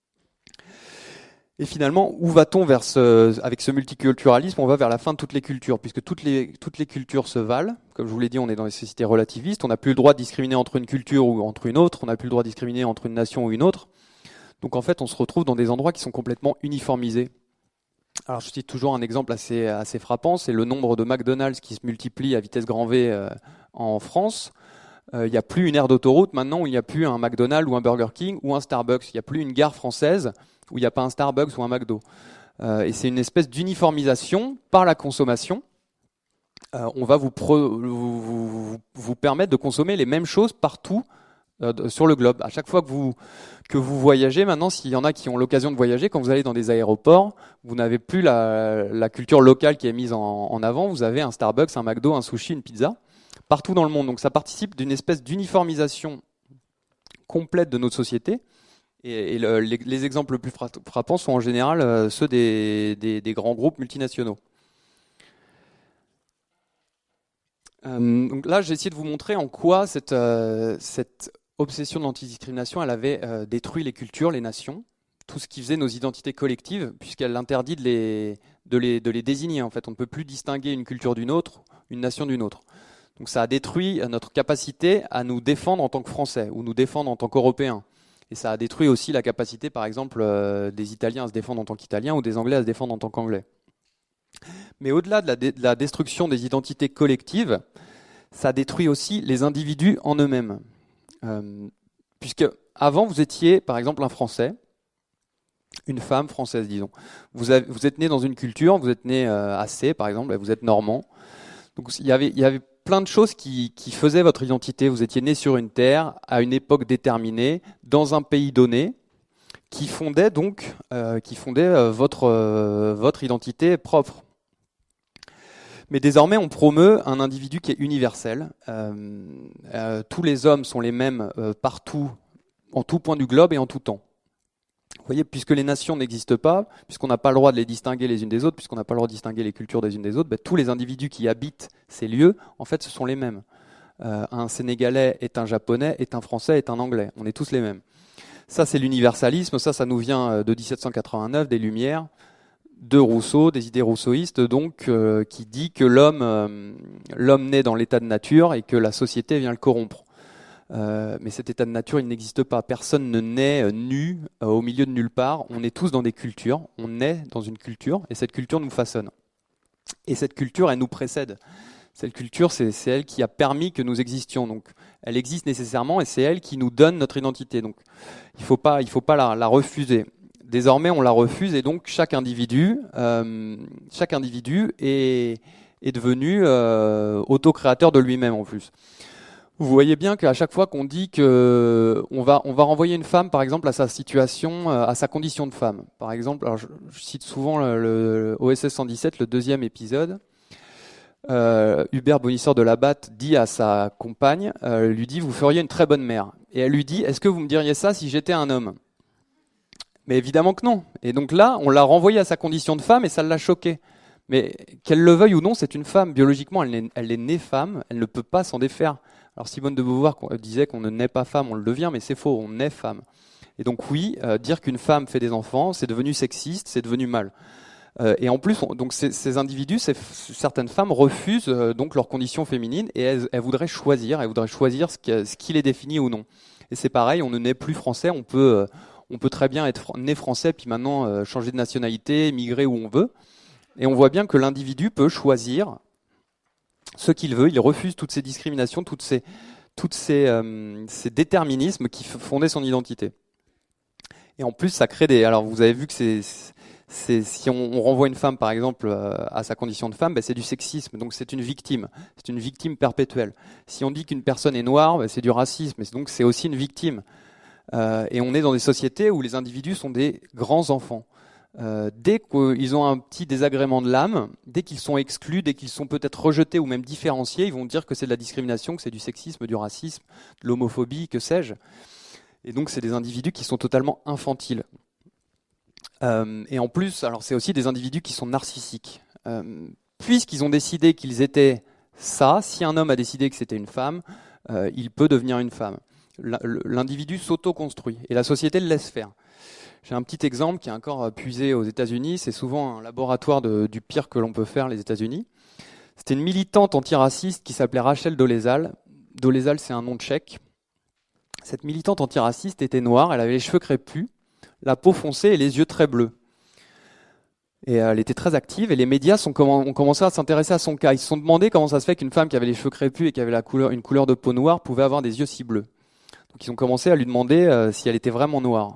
Et finalement, où va-t-on avec ce multiculturalisme? On va vers la fin de toutes les cultures, puisque toutes les cultures se valent. Comme je vous l'ai dit, on est dans les sociétés relativistes. On n'a plus le droit de discriminer entre une culture ou entre une autre. On n'a plus le droit de discriminer entre une nation ou une autre. Donc en fait, on se retrouve dans des endroits qui sont complètement uniformisés. Alors je cite toujours un exemple assez frappant, c'est le nombre de McDonald's qui se multiplie à vitesse grand V en France. Il n'y a plus une aire d'autoroute maintenant où il n'y a plus un McDonald's ou un Burger King ou un Starbucks. Il n'y a plus une gare française où il n'y a pas un Starbucks ou un McDo. Et c'est une espèce d'uniformisation par la consommation. On va vous permettre de consommer les mêmes choses partout sur le globe. À chaque fois que vous voyagez, maintenant, s'il y en a qui ont l'occasion de voyager, quand vous allez dans des aéroports, vous n'avez plus la culture locale qui est mise en avant. Vous avez un Starbucks, un McDo, un sushi, une pizza, partout dans le monde. Donc ça participe d'une espèce d'uniformisation complète de notre société. Et les exemples les plus frappants sont en général ceux des grands groupes multinationaux. Donc là, j'ai essayé de vous montrer en quoi cette obsession de l'antidiscrimination, elle avait détruit les cultures, les nations, tout ce qui faisait nos identités collectives, puisqu'elle interdit de les désigner. En fait, on ne peut plus distinguer une culture d'une autre, une nation d'une autre. Donc ça a détruit notre capacité à nous défendre en tant que Français, ou nous défendre en tant qu'Européens. Et ça a détruit aussi la capacité, par exemple, des Italiens à se défendre en tant qu'Italiens ou des Anglais à se défendre en tant qu'Anglais. Mais au-delà de la destruction des identités collectives, ça détruit aussi les individus en eux-mêmes. Puisque avant, vous étiez, par exemple, un Français, une femme française, disons. Vous êtes né dans une culture, vous êtes né à C, par exemple, vous êtes normand. Donc il y avait plein de choses qui faisaient votre identité. Vous étiez né sur une terre, à une époque déterminée, dans un pays donné, qui fondait votre identité propre. Mais désormais, on promeut un individu qui est universel. Tous les hommes sont les mêmes partout, en tout point du globe et en tout temps. Vous voyez, puisque les nations n'existent pas, puisqu'on n'a pas le droit de les distinguer les unes des autres, puisqu'on n'a pas le droit de distinguer les cultures des unes des autres, tous les individus qui habitent ces lieux, en fait, ce sont les mêmes. Un Sénégalais est un Japonais, est un Français, est un Anglais. On est tous les mêmes. Ça, c'est l'universalisme. Ça nous vient de 1789, des Lumières, de Rousseau, des idées rousseauistes, donc, qui dit que l'homme naît dans l'état de nature et que la société vient le corrompre. Mais cet état de nature, il n'existe pas. Personne ne naît nu au milieu de nulle part. On est tous dans des cultures. On naît dans une culture et cette culture nous façonne. Et cette culture, elle nous précède. Cette culture, c'est elle qui a permis que nous existions. Donc, elle existe nécessairement et c'est elle qui nous donne notre identité. Donc, il faut pas la refuser. Désormais, on la refuse et donc chaque individu est devenu autocréateur de lui-même en plus. Vous voyez bien qu'à chaque fois qu'on dit que on va renvoyer une femme, par exemple, à sa situation, à sa condition de femme. Par exemple, alors je cite souvent le OSS 117, le 2e épisode. Hubert Bonisseur de Labatte dit à sa compagne, lui dit, vous feriez une très bonne mère. Et elle lui dit, est-ce que vous me diriez ça si j'étais un homme? Mais évidemment que non. Et donc là, on l'a renvoyé à sa condition de femme et ça l'a choqué. Mais qu'elle le veuille ou non, c'est une femme. Biologiquement, elle est née femme, elle ne peut pas s'en défaire. Alors Simone de Beauvoir disait qu'on ne naît pas femme, on le devient, mais c'est faux, on naît femme. Et donc oui, dire qu'une femme fait des enfants, c'est devenu sexiste, c'est devenu mal. Et en plus, donc ces individus, certaines femmes refusent donc leur condition féminine et elles voudraient choisir ce qui les définit ou non. Et c'est pareil, on ne naît plus français, on peut très bien être né français puis maintenant changer de nationalité, migrer où on veut. Et on voit bien que l'individu peut choisir ce qu'il veut, il refuse toutes ces discriminations, ces déterminismes qui fondaient son identité. Et en plus, ça crée des... Alors vous avez vu que si on renvoie une femme, par exemple, à sa condition de femme, c'est du sexisme, donc c'est une victime perpétuelle. Si on dit qu'une personne est noire, c'est du racisme, et donc c'est aussi une victime. Et on est dans des sociétés où les individus sont des grands enfants. Dès qu'ils ont un petit désagrément de l'âme, dès qu'ils sont exclus, dès qu'ils sont peut-être rejetés ou même différenciés, ils vont dire que c'est de la discrimination, que c'est du sexisme, du racisme, de l'homophobie, que sais-je. Et donc c'est des individus qui sont totalement infantiles. Et en plus, alors c'est aussi des individus qui sont narcissiques. Puisqu'ils ont décidé qu'ils étaient ça, si un homme a décidé que c'était une femme, il peut devenir une femme. L'individu s'auto-construit et la société le laisse faire. J'ai un petit exemple qui est encore puisé aux États-Unis. C'est souvent un laboratoire du pire que l'on peut faire, les États-Unis. C'était une militante antiraciste qui s'appelait Rachel Dolezal. Dolezal, c'est un nom tchèque. Cette militante antiraciste était noire, elle avait les cheveux crépus, la peau foncée et les yeux très bleus. Et elle était très active et les médias ont commencé à s'intéresser à son cas. Ils se sont demandé comment ça se fait qu'une femme qui avait les cheveux crépus et qui avait une couleur de peau noire pouvait avoir des yeux si bleus. Donc ils ont commencé à lui demander si elle était vraiment noire.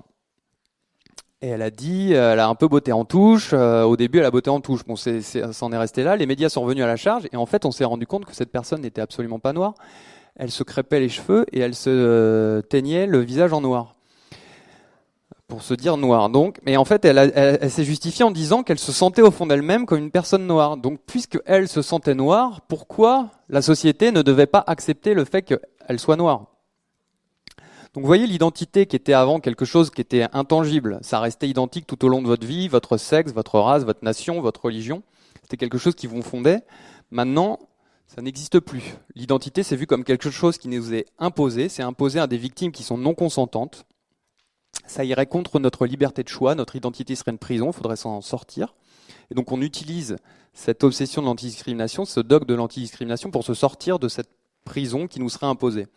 Et elle a dit, elle a un peu botté en touche. Au début, elle a botté en touche. Bon, ça en est resté là. Les médias sont revenus à la charge. Et en fait, on s'est rendu compte que cette personne n'était absolument pas noire. Elle se crêpait les cheveux et elle se teignait le visage en noir. Pour se dire noire. Donc, mais en fait, elle s'est justifiée en disant qu'elle se sentait au fond d'elle-même comme une personne noire. Donc, puisque elle se sentait noire, pourquoi la société ne devait pas accepter le fait qu'elle soit noire ? Donc vous voyez l'identité qui était avant quelque chose qui était intangible, ça restait identique tout au long de votre vie, votre sexe, votre race, votre nation, votre religion, c'était quelque chose qui vous fondait. Maintenant, ça n'existe plus. L'identité c'est vu comme quelque chose qui nous est imposé, c'est imposé à des victimes qui sont non consentantes. Ça irait contre notre liberté de choix, notre identité serait une prison, il faudrait s'en sortir. Et donc on utilise cette obsession de l'antidiscrimination, ce dogme de l'antidiscrimination pour se sortir de cette prison qui nous serait imposée.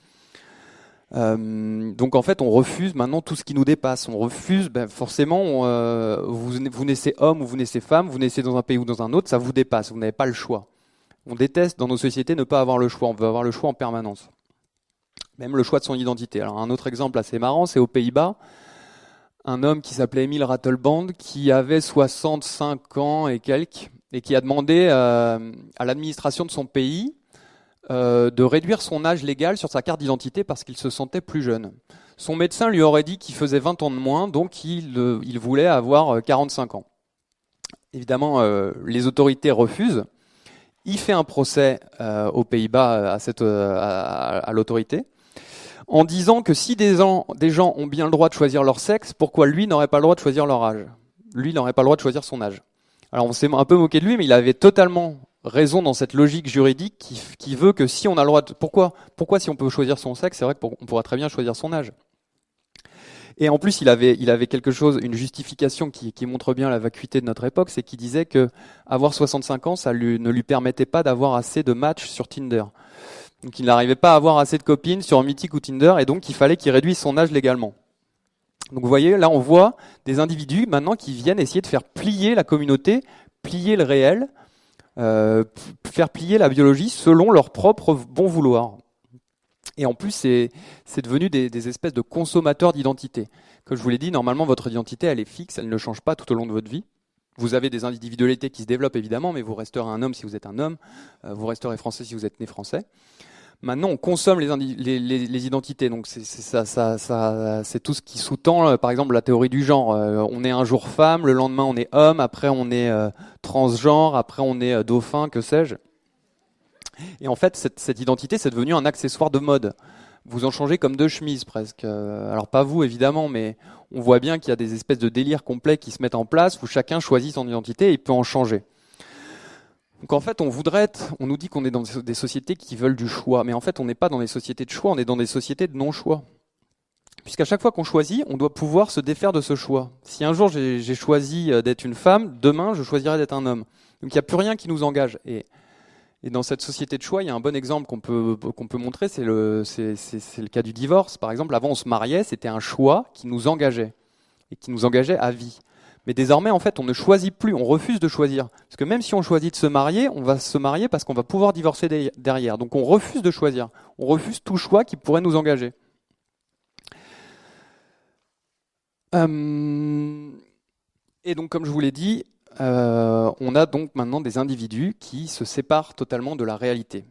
Donc en fait on refuse maintenant tout ce qui nous dépasse, on refuse forcément vous naissez homme ou vous naissez femme, vous naissez dans un pays ou dans un autre, ça vous dépasse, vous n'avez pas le choix. On déteste dans nos sociétés ne pas avoir le choix, on veut avoir le choix en permanence, même le choix de son identité. Alors un autre exemple assez marrant, c'est aux Pays-Bas, un homme qui s'appelait Emile Ratelband qui avait 65 ans et quelques et qui a demandé à l'administration de son pays de réduire son âge légal sur sa carte d'identité parce qu'il se sentait plus jeune. Son médecin lui aurait dit qu'il faisait 20 ans de moins, donc il voulait avoir 45 ans. Évidemment, les autorités refusent. Il fait un procès aux Pays-Bas à l'autorité, en disant que si des gens ont bien le droit de choisir leur sexe, pourquoi lui n'aurait pas le droit de choisir leur âge ? Lui n'aurait pas le droit de choisir son âge. Alors on s'est un peu moqué de lui, mais il avait totalement raison dans cette logique juridique qui veut que si on a le droit de... Pourquoi si on peut choisir son sexe, c'est vrai qu'on pourra très bien choisir son âge. Et en plus, il avait quelque chose, une justification qui montre bien la vacuité de notre époque, c'est qu'il disait que avoir 65 ans, ça ne lui permettait pas d'avoir assez de matchs sur Tinder. Donc il n'arrivait pas à avoir assez de copines sur Mythic ou Tinder, et donc il fallait qu'il réduise son âge légalement. Donc vous voyez, là on voit des individus maintenant qui viennent essayer de faire plier la communauté, plier le réel, faire plier la biologie selon leur propre bon vouloir. Et en plus, c'est devenu des espèces de consommateurs d'identité. Comme je vous l'ai dit, normalement, votre identité, elle est fixe, elle ne change pas tout au long de votre vie. Vous avez des individualités qui se développent évidemment, mais vous resterez un homme si vous êtes un homme, vous resterez français si vous êtes né français. Maintenant, on consomme les identités, donc c'est tout ce qui sous-tend, par exemple, la théorie du genre. On est un jour femme, le lendemain on est homme, après on est transgenre, après on est dauphin, que sais-je. Et en fait, cette identité, c'est devenu un accessoire de mode. Vous en changez comme deux chemises presque. Alors pas vous évidemment, mais on voit bien qu'il y a des espèces de délires complets qui se mettent en place où chacun choisit son identité et il peut en changer. Donc en fait, on nous dit qu'on est dans des sociétés qui veulent du choix, mais en fait, on n'est pas dans des sociétés de choix, on est dans des sociétés de non-choix. Puisqu'à chaque fois qu'on choisit, on doit pouvoir se défaire de ce choix. Si un jour j'ai choisi d'être une femme, demain je choisirai d'être un homme. Donc il n'y a plus rien qui nous engage. Et dans cette société de choix, il y a un bon exemple qu'on peut montrer, c'est le cas du divorce. Par exemple, avant on se mariait, c'était un choix qui nous engageait, et qui nous engageait à vie. Mais désormais, en fait, on ne choisit plus, on refuse de choisir. Parce que même si on choisit de se marier, on va se marier parce qu'on va pouvoir divorcer derrière. Donc on refuse de choisir. On refuse tout choix qui pourrait nous engager. Et donc, comme je vous l'ai dit, on a donc maintenant des individus qui se séparent totalement de la réalité.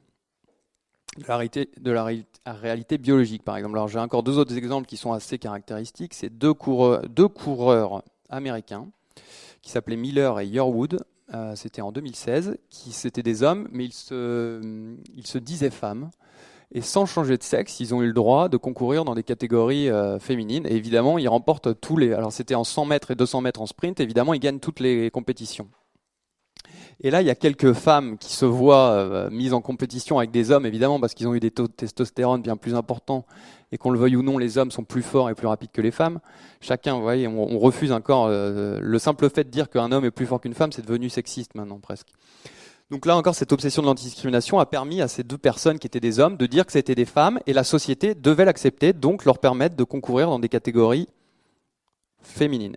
De la réalité biologique, par exemple. Alors j'ai encore deux autres exemples qui sont assez caractéristiques. C'est deux coureurs américains qui s'appelaient Miller et Yearwood. C'était en 2016. C'était des hommes, mais ils se disaient femmes. Et sans changer de sexe, ils ont eu le droit de concourir dans des catégories féminines. Et évidemment, ils remportent tous les... Alors c'était en 100 mètres et 200 mètres en sprint. Évidemment, ils gagnent toutes les compétitions. Et là, il y a quelques femmes qui se voient mises en compétition avec des hommes, évidemment, parce qu'ils ont eu des taux de testostérone bien plus importants, et qu'on le veuille ou non, les hommes sont plus forts et plus rapides que les femmes. Chacun, vous voyez, on refuse encore le simple fait de dire qu'un homme est plus fort qu'une femme, c'est devenu sexiste maintenant, presque. Donc là encore, cette obsession de l'antidiscrimination a permis à ces deux personnes qui étaient des hommes de dire que c'était des femmes, et la société devait l'accepter, donc leur permettre de concourir dans des catégories féminines.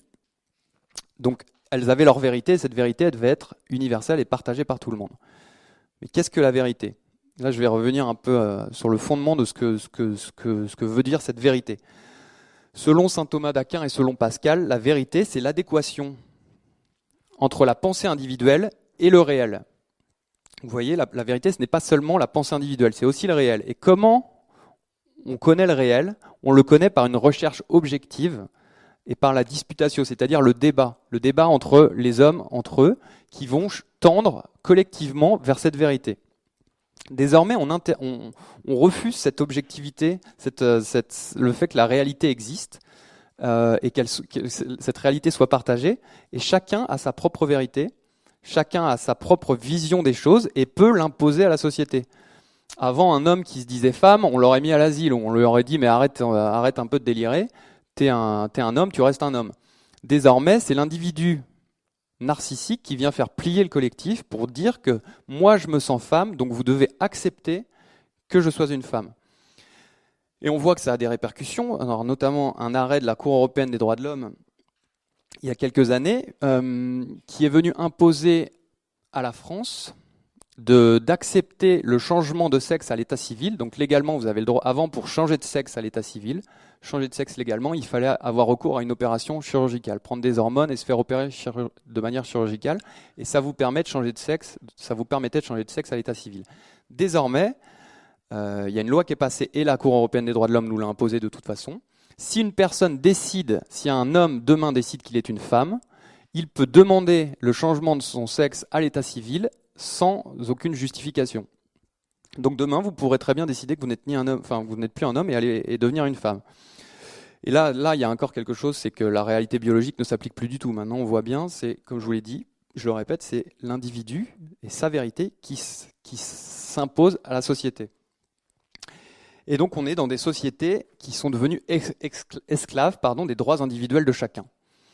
Donc, elles avaient leur vérité, et cette vérité, elle devait être universelle et partagée par tout le monde. Mais qu'est-ce que la vérité ? Là, je vais revenir un peu sur le fondement de ce que veut dire cette vérité. Selon saint Thomas d'Aquin et selon Pascal, la vérité, c'est l'adéquation entre la pensée individuelle et le réel. Vous voyez, la vérité, ce n'est pas seulement la pensée individuelle, c'est aussi le réel. Et comment on connaît le réel ? On le connaît par une recherche objective et par la disputatio, c'est-à-dire le débat entre les hommes, entre eux, qui vont tendre collectivement vers cette vérité. Désormais, on refuse cette objectivité, le fait que la réalité existe et que cette réalité soit partagée, et chacun a sa propre vérité, chacun a sa propre vision des choses et peut l'imposer à la société. Avant, un homme qui se disait femme, on l'aurait mis à l'asile, on lui aurait dit mais arrête un peu de délirer. T'es un homme, tu restes un homme. Désormais, c'est l'individu narcissique qui vient faire plier le collectif pour dire que moi je me sens femme, donc vous devez accepter que je sois une femme. Et on voit que ça a des répercussions, alors notamment un arrêt de la Cour européenne des droits de l'homme il y a quelques années, qui est venu imposer à la France d'accepter le changement de sexe à l'état civil. Donc légalement, vous avez le droit, avant, pour changer de sexe à l'état civil, changer de sexe légalement, il fallait avoir recours à une opération chirurgicale, prendre des hormones et se faire opérer de manière chirurgicale, et ça vous permet de changer de sexe, ça vous permettait de changer de sexe à l'état civil. Désormais, il y a une loi qui est passée, et la Cour européenne des droits de l'homme nous l'a imposée de toute façon. Si une personne décide, si un homme demain décide qu'il est une femme, il peut demander le changement de son sexe à l'état civil sans aucune justification. Donc demain, vous pourrez très bien décider que vous n'êtes ni un homme, enfin vous n'êtes plus un homme et devenir une femme. Et là, il y a encore quelque chose, c'est que la réalité biologique ne s'applique plus du tout. Maintenant, on voit bien, c'est, comme je vous l'ai dit, je le répète, c'est l'individu et sa vérité qui s'impose à la société. Et donc, on est dans des sociétés qui sont devenues esclaves des droits individuels de chacun.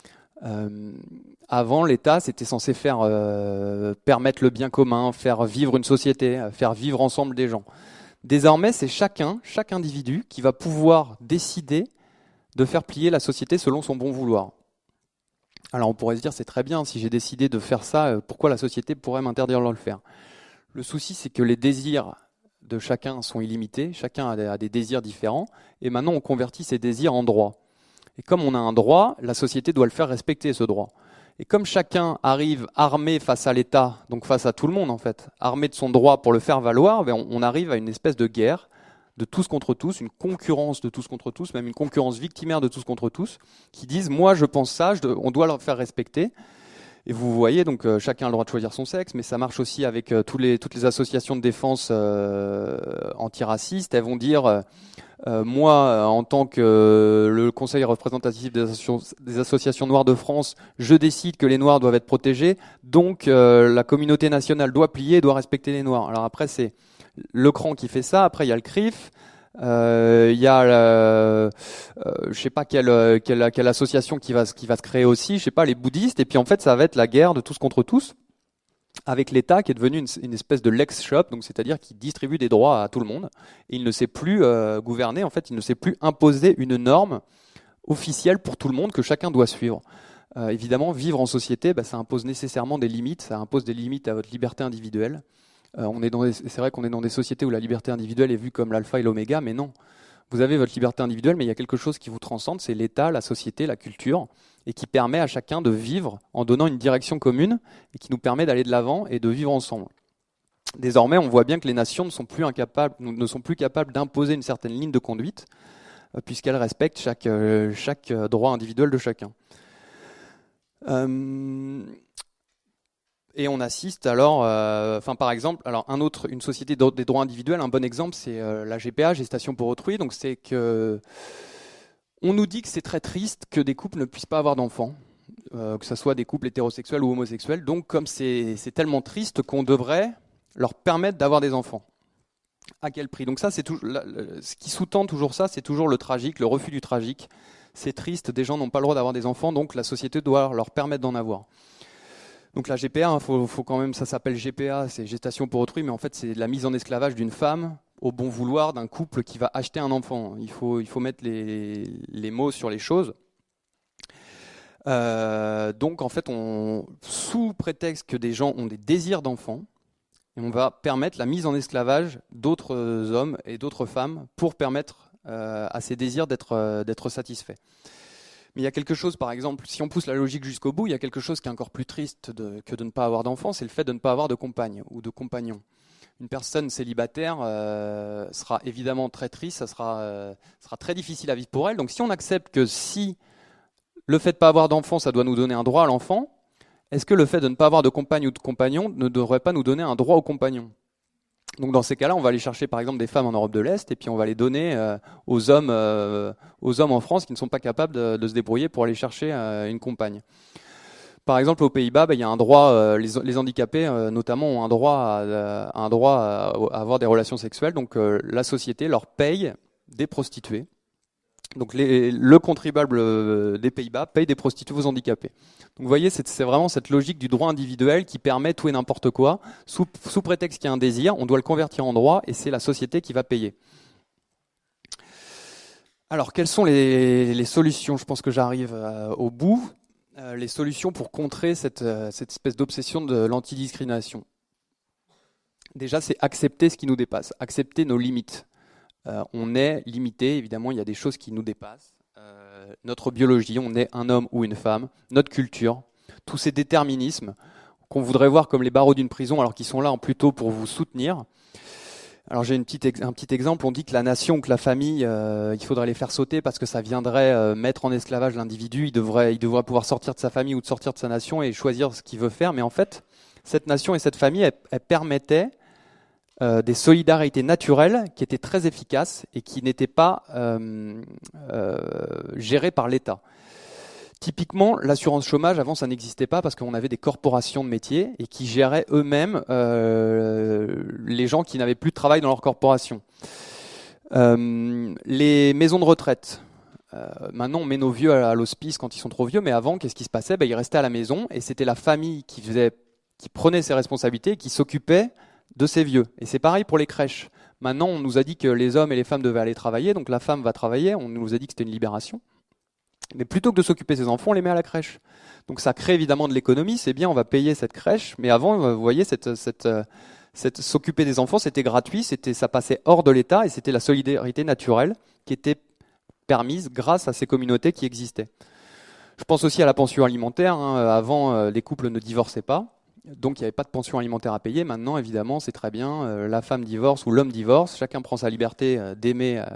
Avant, l'État, c'était censé faire permettre le bien commun, faire vivre une société, faire vivre ensemble des gens. Désormais, c'est chaque individu qui va pouvoir décider de faire plier la société selon son bon vouloir. Alors on pourrait se dire, c'est très bien, si j'ai décidé de faire ça, pourquoi la société pourrait m'interdire de le faire ? Le souci, c'est que les désirs de chacun sont illimités, chacun a des désirs différents, et maintenant on convertit ces désirs en droits. Et comme on a un droit, la société doit le faire respecter, ce droit. Et comme chacun arrive armé face à l'État, donc face à tout le monde en fait, armé de son droit pour le faire valoir, on arrive à une espèce de guerre de tous contre tous, une concurrence de tous contre tous, même une concurrence victimaire de tous contre tous, qui disent « moi je pense ça, on doit le faire respecter ». Et vous voyez, donc chacun a le droit de choisir son sexe, mais ça marche aussi avec toutes les associations de défense antiracistes. Elles vont dire, moi, en tant que le conseil représentatif des associations noires de France, je décide que les Noirs doivent être protégés, donc la communauté nationale doit plier, doit respecter les Noirs. Alors après, c'est le CRAN qui fait ça, après il y a le CRIF, il y a je sais pas quelle association qui va se créer aussi, je sais pas, les bouddhistes, et puis en fait ça va être la guerre de tous contre tous, avec l'État qui est devenu une espèce de Lex Shop, donc c'est-à-dire qui distribue des droits à tout le monde, et il ne sait plus gouverner, en fait il ne sait plus imposer une norme officielle pour tout le monde que chacun doit suivre. Évidemment, vivre en société, ça impose nécessairement des limites, ça impose des limites à votre liberté individuelle. C'est vrai qu'on est dans des sociétés où la liberté individuelle est vue comme l'alpha et l'oméga, mais non. Vous avez votre liberté individuelle, mais il y a quelque chose qui vous transcende, c'est l'État, la société, la culture, et qui permet à chacun de vivre en donnant une direction commune, et qui nous permet d'aller de l'avant et de vivre ensemble. Désormais, on voit bien que les nations ne sont plus capables d'imposer une certaine ligne de conduite, puisqu'elles respectent chaque droit individuel de chacun. Et on assiste alors, par exemple, une société des droits individuels, un bon exemple, c'est la GPA, gestation pour autrui. Donc c'est que on nous dit que c'est très triste que des couples ne puissent pas avoir d'enfants, que ce soit des couples hétérosexuels ou homosexuels. Donc comme c'est tellement triste qu'on devrait leur permettre d'avoir des enfants. À quel prix? Donc ça, c'est ce qui sous-tend toujours ça, c'est toujours le tragique, le refus du tragique. C'est triste, des gens n'ont pas le droit d'avoir des enfants, donc la société doit leur permettre d'en avoir. Donc la GPA, faut quand même, ça s'appelle GPA, c'est gestation pour autrui, mais en fait c'est la mise en esclavage d'une femme au bon vouloir d'un couple qui va acheter un enfant. Il faut mettre les mots sur les choses. Donc en fait, sous prétexte que des gens ont des désirs d'enfants, on va permettre la mise en esclavage d'autres hommes et d'autres femmes pour permettre à ces désirs d'être satisfaits. Mais il y a quelque chose, par exemple, si on pousse la logique jusqu'au bout, il y a quelque chose qui est encore plus triste que de ne pas avoir d'enfants, c'est le fait de ne pas avoir de compagne ou de compagnon. Une personne célibataire sera évidemment très triste, ça sera très difficile à vivre pour elle. Donc si on accepte que si le fait de ne pas avoir d'enfant, ça doit nous donner un droit à l'enfant, est-ce que le fait de ne pas avoir de compagne ou de compagnon ne devrait pas nous donner un droit au compagnon ? Donc dans ces cas-là, on va aller chercher par exemple des femmes en Europe de l'Est et puis on va les donner aux hommes en France qui ne sont pas capables de se débrouiller pour aller chercher une compagne. Par exemple, aux Pays-Bas, il y a un droit, les handicapés notamment ont un droit à avoir des relations sexuelles. Donc la société leur paye des prostituées. Donc le contribuable des Pays-Bas paye des prostituées aux handicapés. Donc vous voyez, c'est vraiment cette logique du droit individuel qui permet tout et n'importe quoi. Sous prétexte qu'il y a un désir, on doit le convertir en droit et c'est la société qui va payer. Alors, quelles sont les solutions ? Je pense que j'arrive au bout. Les solutions pour contrer cette espèce d'obsession de l'antidiscrimination. Déjà, c'est accepter ce qui nous dépasse, accepter nos limites. On est limité, évidemment, il y a des choses qui nous dépassent. Notre biologie, on est un homme ou une femme, notre culture, tous ces déterminismes qu'on voudrait voir comme les barreaux d'une prison alors qu'ils sont là plutôt pour vous soutenir. Alors j'ai un petit exemple, on dit que la nation, que la famille, il faudrait les faire sauter parce que ça viendrait mettre en esclavage l'individu, il devrait pouvoir sortir de sa famille ou de sortir de sa nation et choisir ce qu'il veut faire, mais en fait, cette nation et cette famille, elles permettaient des solidarités naturelles qui étaient très efficaces et qui n'étaient pas gérées par l'État. Typiquement, l'assurance chômage, avant, ça n'existait pas parce qu'on avait des corporations de métiers et qui géraient eux-mêmes les gens qui n'avaient plus de travail dans leur corporation. Les maisons de retraite. Maintenant, on met nos vieux à l'hospice quand ils sont trop vieux, mais avant, qu'est-ce qui se passait ? Ils restaient à la maison et c'était la famille qui prenait ses responsabilités et qui s'occupait de ces vieux. Et c'est pareil pour les crèches. Maintenant, on nous a dit que les hommes et les femmes devaient aller travailler, donc la femme va travailler, on nous a dit que c'était une libération. Mais plutôt que de s'occuper de ses enfants, on les met à la crèche. Donc ça crée évidemment de l'économie, c'est bien, on va payer cette crèche, mais avant, vous voyez, s'occuper des enfants, c'était gratuit, ça passait hors de l'État, et c'était la solidarité naturelle qui était permise grâce à ces communautés qui existaient. Je pense aussi à la pension alimentaire. Avant, les couples ne divorçaient pas. Donc il n'y avait pas de pension alimentaire à payer. Maintenant, évidemment, c'est très bien. La femme divorce ou l'homme divorce. Chacun prend sa liberté d'aimer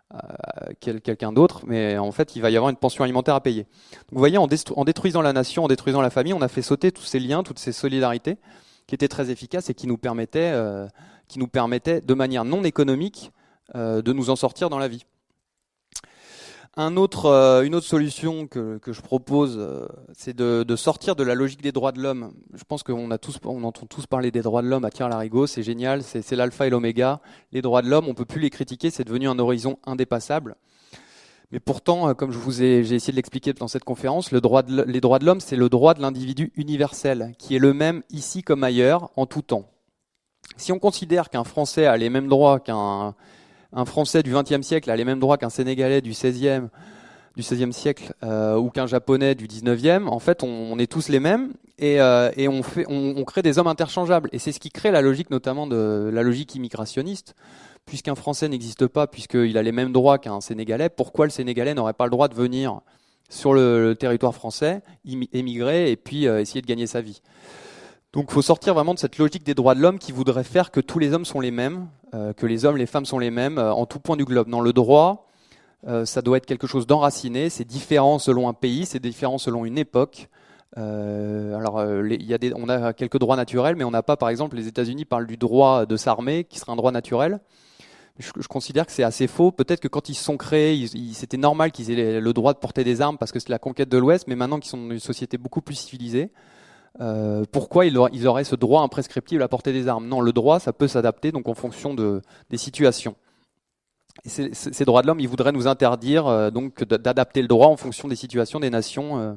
quelqu'un d'autre, mais en fait, il va y avoir une pension alimentaire à payer. Donc, vous voyez, en détruisant la nation, en détruisant la famille, on a fait sauter tous ces liens, toutes ces solidarités qui étaient très efficaces et qui nous permettaient de manière non économique de nous en sortir dans la vie. Une autre solution que je propose, c'est de sortir de la logique des droits de l'homme. Je pense qu'on entend tous parler des droits de l'homme à tire-larigot, c'est génial, c'est l'alpha et l'oméga. Les droits de l'homme, on peut plus les critiquer, c'est devenu un horizon indépassable. Mais pourtant, comme j'ai essayé de l'expliquer dans cette conférence, les droits de l'homme, c'est le droit de l'individu universel, qui est le même ici comme ailleurs, en tout temps. Si on considère qu'un Français a les mêmes droits qu'un Français du XXe siècle a les mêmes droits qu'un Sénégalais du XVIe siècle ou qu'un Japonais du XIXe, en fait, on est tous les mêmes et on crée des hommes interchangeables. Et c'est ce qui crée la logique, notamment de la logique immigrationniste. Puisqu'un Français n'existe pas, puisqu'il a les mêmes droits qu'un Sénégalais, pourquoi le Sénégalais n'aurait pas le droit de venir sur le territoire français, émigrer et puis essayer de gagner sa vie? Donc il faut sortir vraiment de cette logique des droits de l'homme qui voudrait faire que tous les hommes sont les mêmes, que les hommes, les femmes sont les mêmes en tout point du globe. Dans le droit, ça doit être quelque chose d'enraciné, c'est différent selon un pays, c'est différent selon une époque. On a quelques droits naturels, mais on n'a pas, par exemple, les États-Unis parlent du droit de s'armer, qui serait un droit naturel. Je considère que c'est assez faux. Peut-être que quand ils se sont créés, c'était normal qu'ils aient le droit de porter des armes parce que c'est la conquête de l'Ouest, mais maintenant qu'ils sont dans une société beaucoup plus civilisée, pourquoi ils auraient ce droit imprescriptible à porter des armes? Non, le droit, ça peut s'adapter donc en fonction des situations. Et ces droits de l'homme, ils voudraient nous interdire donc d'adapter le droit en fonction des situations des nations.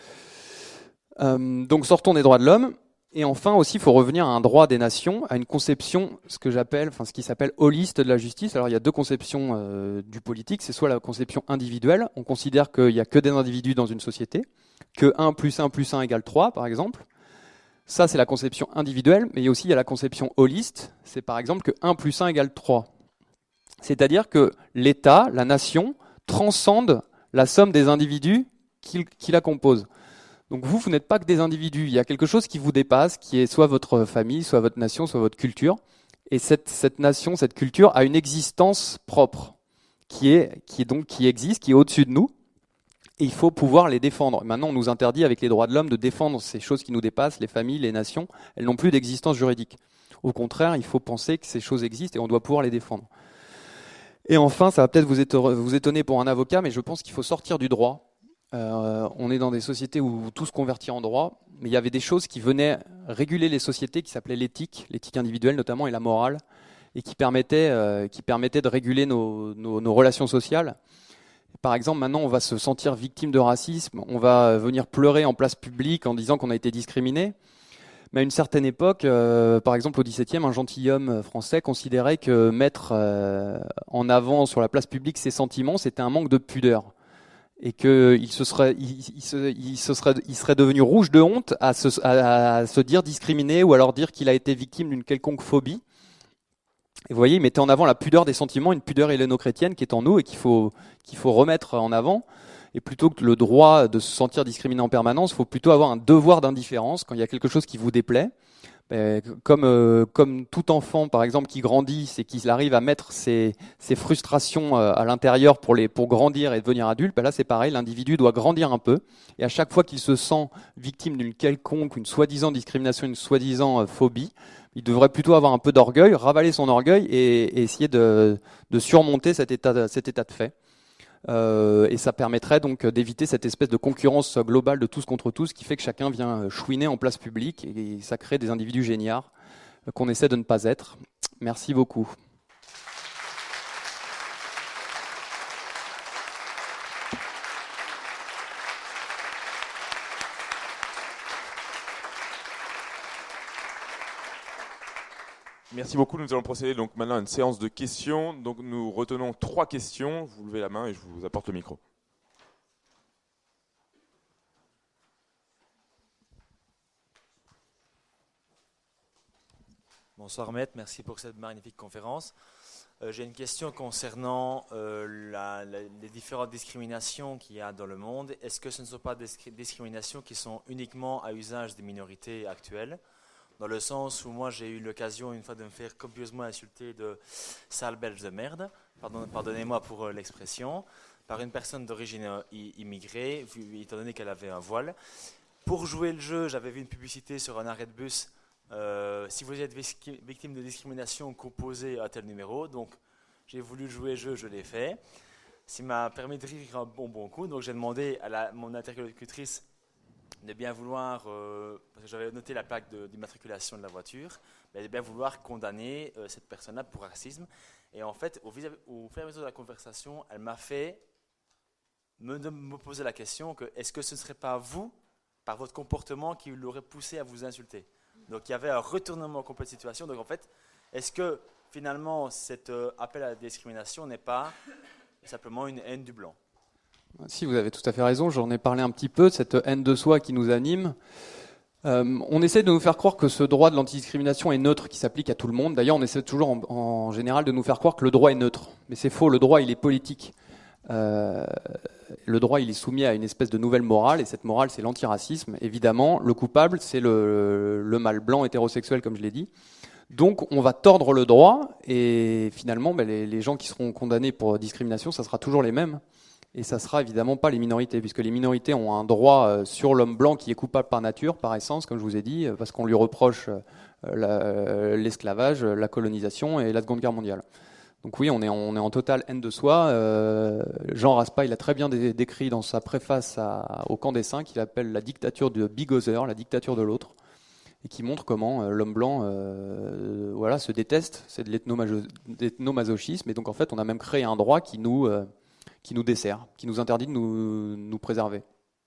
Donc sortons des droits de l'homme. Et enfin aussi, il faut revenir à un droit des nations, à une conception, ce qui s'appelle holiste de la justice. Alors il y a deux conceptions du politique. C'est soit la conception individuelle, on considère qu'il n'y a que des individus dans une société, que 1 plus 1 plus 1 égale 3 par exemple. Ça c'est la conception individuelle, mais il y a la conception holiste, c'est par exemple que 1 plus 1 égale 3. C'est-à-dire que l'État, la nation, transcende la somme des individus qui la composent. Donc vous n'êtes pas que des individus, il y a quelque chose qui vous dépasse, qui est soit votre famille, soit votre nation, soit votre culture. Et cette nation, cette culture a une existence propre, qui existe, qui est au-dessus de nous. Et il faut pouvoir les défendre. Maintenant, on nous interdit avec les droits de l'homme de défendre ces choses qui nous dépassent, les familles, les nations. Elles n'ont plus d'existence juridique. Au contraire, il faut penser que ces choses existent et on doit pouvoir les défendre. Et enfin, ça va peut-être vous étonner pour un avocat, mais je pense qu'il faut sortir du droit. On est dans des sociétés où tout se convertit en droit, mais il y avait des choses qui venaient réguler les sociétés, qui s'appelaient l'éthique individuelle notamment, et la morale, et qui permettaient de réguler nos relations sociales. Par exemple, maintenant, on va se sentir victime de racisme, on va venir pleurer en place publique en disant qu'on a été discriminé. Mais à une certaine époque, par exemple au XVIIe, un gentilhomme français considérait que mettre en avant sur la place publique ses sentiments, c'était un manque de pudeur. Et qu'il serait devenu rouge de honte à se dire discriminé ou alors dire qu'il a été victime d'une quelconque phobie. Et vous voyez, il mettait en avant la pudeur des sentiments, une pudeur helléno-chrétienne qui est en nous et qu'il faut remettre en avant. Et plutôt que le droit de se sentir discriminé en permanence, il faut plutôt avoir un devoir d'indifférence quand il y a quelque chose qui vous déplaît. Comme tout enfant, par exemple, qui grandit, c'est qu'il arrive à mettre ses frustrations à l'intérieur pour grandir et devenir adulte. Là, c'est pareil, l'individu doit grandir un peu. Et à chaque fois qu'il se sent victime d'une quelconque, une soi-disant discrimination, une soi-disant phobie, il devrait plutôt avoir un peu d'orgueil, ravaler son orgueil et essayer de surmonter cet état de fait. Et ça permettrait donc d'éviter cette espèce de concurrence globale de tous contre tous qui fait que chacun vient chouiner en place publique et ça crée des individus géniards qu'on essaie de ne pas être. Merci beaucoup. Merci beaucoup. Nous allons procéder donc maintenant à une séance de questions. Donc nous retenons 3 questions. Vous levez la main et je vous apporte le micro. Bonsoir Maître, merci pour cette magnifique conférence. J'ai une question concernant les différentes discriminations qu'il y a dans le monde. Est-ce que ce ne sont pas des discriminations qui sont uniquement à usage des minorités actuelles? dans le sens où moi j'ai eu l'occasion une fois de me faire copieusement insulter de sale belge de merde, pardonnez-moi pour l'expression, par une personne d'origine immigrée, étant donné qu'elle avait un voile. Pour jouer le jeu, j'avais vu une publicité sur un arrêt de bus. Si vous êtes victime de discrimination, composez à tel numéro. Donc j'ai voulu jouer le jeu, je l'ai fait. Ça m'a permis de rire un bon coup. Donc j'ai demandé à mon interlocutrice de bien vouloir, parce que j'avais noté la plaque d'immatriculation de la voiture, mais de bien vouloir condamner cette personne-là pour racisme. Et en fait, au fur et à mesure de la conversation, elle m'a fait me poser la question que est-ce que ce ne serait pas vous, par votre comportement, qui l'aurait poussé à vous insulter. Donc il y avait un retournement complet de situation. Donc en fait, est-ce que finalement cet appel à la discrimination n'est pas simplement une haine du blanc ? Si, vous avez tout à fait raison, j'en ai parlé un petit peu, cette haine de soi qui nous anime. On essaie de nous faire croire que ce droit de l'antidiscrimination est neutre, qui s'applique à tout le monde. D'ailleurs, on essaie toujours en général de nous faire croire que le droit est neutre. Mais c'est faux, le droit il est politique. Le droit il est soumis à une espèce de nouvelle morale, et cette morale c'est l'antiracisme. Évidemment, le coupable c'est le mâle blanc hétérosexuel, comme je l'ai dit. Donc on va tordre le droit, et finalement les gens qui seront condamnés pour discrimination, ça sera toujours les mêmes. Et ça sera évidemment pas les minorités, puisque les minorités ont un droit sur l'homme blanc qui est coupable par nature, par essence, comme je vous ai dit, parce qu'on lui reproche l'esclavage, la colonisation et la Seconde Guerre mondiale. Donc oui, on est en totale haine de soi. Jean Raspail l'a très bien décrit dans sa préface au Camp des 5, qu'il appelle la dictature de Big Other, la dictature de l'autre, et qui montre comment l'homme blanc se déteste, c'est de l'ethnomasochisme, et donc en fait on a même créé un droit qui nous dessert, qui nous interdit de nous préserver.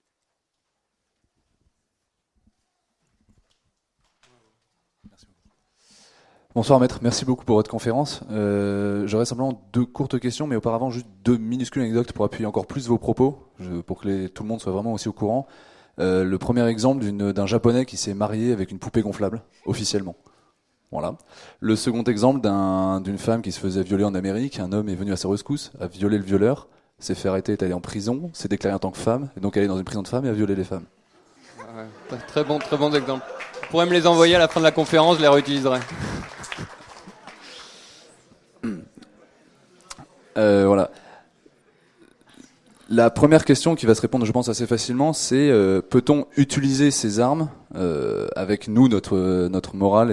Bonsoir maître, merci beaucoup pour votre conférence. J'aurais simplement 2 courtes questions, mais auparavant juste 2 minuscules anecdotes pour appuyer encore plus vos propos, pour que tout le monde soit vraiment aussi au courant. Le premier exemple d'un japonais qui s'est marié avec une poupée gonflable, officiellement. Voilà. Le second exemple d'une femme qui se faisait violer en Amérique. Un homme est venu à sa rescousse, a violé le violeur, s'est fait arrêter, est allé en prison, s'est déclaré en tant que femme, et donc elle est dans une prison de femmes et a violé les femmes. Ouais, très bon exemple. Vous pourrez me les envoyer à la fin de la conférence, je les réutiliserai. Voilà. La première question qui va se répondre, je pense, assez facilement, c'est peut-on utiliser ces armes avec nous, notre morale et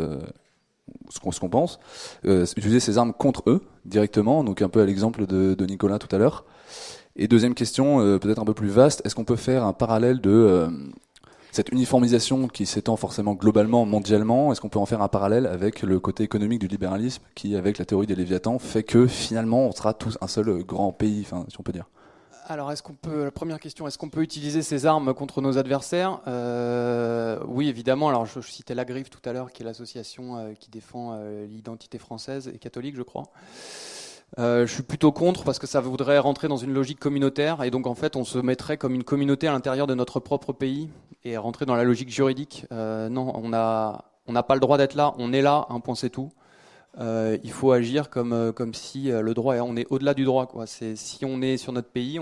ce qu'on pense, utiliser ces armes contre eux directement, donc un peu à l'exemple de Nicolas tout à l'heure. Et deuxième question, peut-être un peu plus vaste, est-ce qu'on peut faire un parallèle de cette uniformisation qui s'étend forcément globalement, mondialement, est-ce qu'on peut en faire un parallèle avec le côté économique du libéralisme qui, avec la théorie des Léviathans, fait que finalement on sera tous un seul grand pays, si on peut dire? Alors, la première question, est-ce qu'on peut utiliser ces armes contre nos adversaires ? Oui, évidemment. Alors, je citais l'Agrif tout à l'heure, qui est l'association qui défend l'identité française et catholique, je crois. Je suis plutôt contre parce que ça voudrait rentrer dans une logique communautaire et donc en fait on se mettrait comme une communauté à l'intérieur de notre propre pays et rentrer dans la logique juridique. Non, on n'a pas le droit d'être là, on est là, un point c'est tout. Il faut agir comme si le droit, on est au-delà du droit, quoi. Si on est sur notre pays,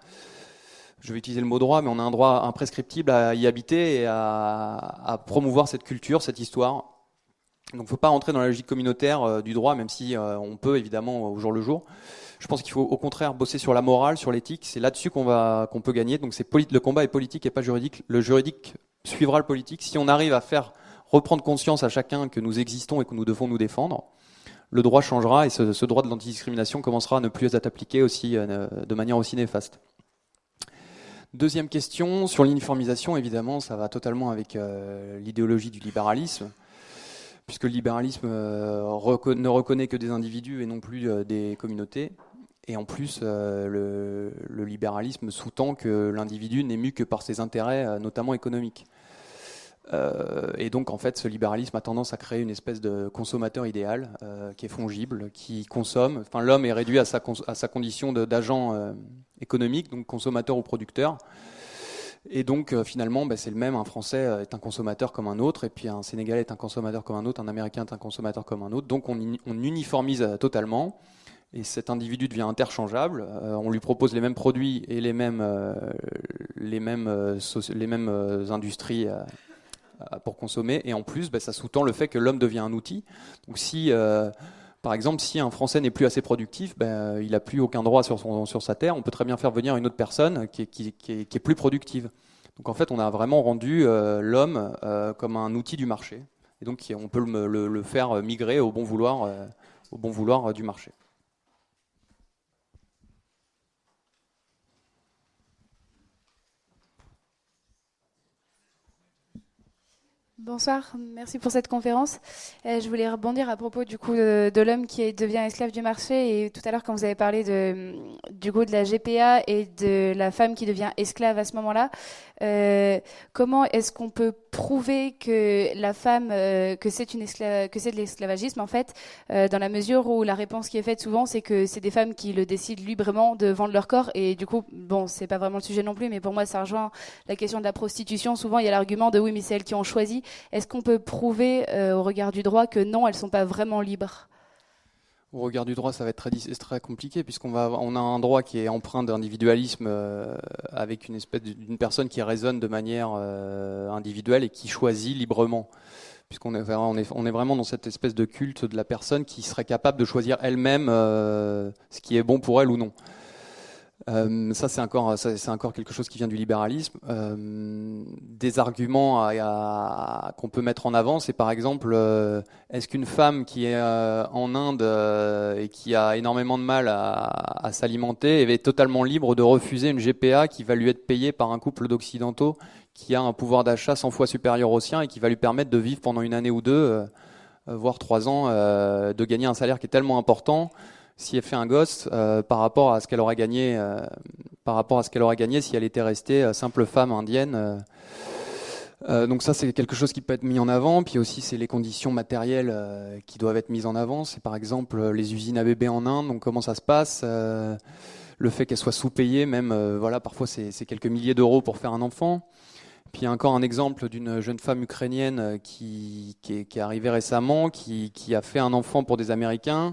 je vais utiliser le mot droit, mais on a un droit imprescriptible à y habiter et à promouvoir cette culture, cette histoire. Donc il ne faut pas rentrer dans la logique communautaire du droit, même si on peut évidemment au jour le jour. Je pense qu'il faut au contraire bosser sur la morale, sur l'éthique. C'est là-dessus qu'on peut gagner. Donc le combat est politique et pas juridique. Le juridique suivra le politique. Si on arrive à faire reprendre conscience à chacun que nous existons et que nous devons nous défendre, le droit changera et ce droit de l'antidiscrimination commencera à ne plus être appliqué aussi, de manière aussi néfaste. Deuxième question, sur l'uniformisation, évidemment, ça va totalement avec l'idéologie du libéralisme, puisque le libéralisme ne reconnaît que des individus et non plus des communautés. Et en plus, le libéralisme sous-tend que l'individu n'est mu que par ses intérêts, notamment économiques. Et donc, en fait, ce libéralisme a tendance à créer une espèce de consommateur idéal qui est fongible, qui consomme. Enfin, l'homme est réduit à sa condition d'agent économique, donc consommateur ou producteur. Et donc, finalement, c'est le même. Un Français est un consommateur comme un autre, et puis un Sénégalais est un consommateur comme un autre, un Américain est un consommateur comme un autre. Donc, on uniformise totalement. Et cet individu devient interchangeable. On lui propose les mêmes produits et les mêmes industries pour consommer, et en plus, ça sous-tend le fait que l'homme devient un outil. Donc si, par exemple, si un Français n'est plus assez productif, il n'a plus aucun droit sur sa terre, on peut très bien faire venir une autre personne qui est plus productive. Donc en fait, on a vraiment rendu l'homme comme un outil du marché. Et donc on peut le faire migrer au bon vouloir du marché. Bonsoir, merci pour cette conférence. Je voulais rebondir à propos du coup de l'homme qui devient esclave du marché, et tout à l'heure quand vous avez parlé du coup de la GPA et de la femme qui devient esclave à ce moment-là, comment est-ce qu'on peut prouver que la femme que c'est de l'esclavagisme en fait, dans la mesure où la réponse qui est faite souvent c'est que c'est des femmes qui le décident librement de vendre leur corps, et du coup bon c'est pas vraiment le sujet non plus, mais pour moi ça rejoint la question de la prostitution. Souvent il y a l'argument de oui mais c'est elles qui ont choisi. Est-ce qu'on peut prouver au regard du droit que non, elles ne sont pas vraiment libres ? Au regard du droit, ça va être très compliqué, puisqu'on a un droit qui est empreint d'individualisme, avec une espèce d'une personne qui raisonne de manière individuelle et qui choisit librement. Puisqu'on est vraiment dans cette espèce de culte de la personne qui serait capable de choisir elle-même ce qui est bon pour elle ou non. Ça c'est encore quelque chose qui vient du libéralisme. Des arguments qu'on peut mettre en avant, c'est par exemple, est-ce qu'une femme qui est en Inde et qui a énormément de mal à s'alimenter est totalement libre de refuser une GPA qui va lui être payée par un couple d'occidentaux qui a un pouvoir d'achat 100 fois supérieur au sien et qui va lui permettre de vivre pendant une année ou deux, voire 3 ans, de gagner un salaire qui est tellement important si elle fait un gosse par rapport à ce qu'elle aurait gagné, si elle était restée simple femme indienne. Donc ça c'est quelque chose qui peut être mis en avant. Puis aussi c'est les conditions matérielles qui doivent être mises en avant. C'est par exemple les usines à bébés en Inde. Donc comment ça se passe, le fait qu'elles soient sous-payées, même parfois c'est quelques milliers d'euros pour faire un enfant. Puis il y a encore un exemple d'une jeune femme ukrainienne qui est arrivée récemment, qui a fait un enfant pour des Américains.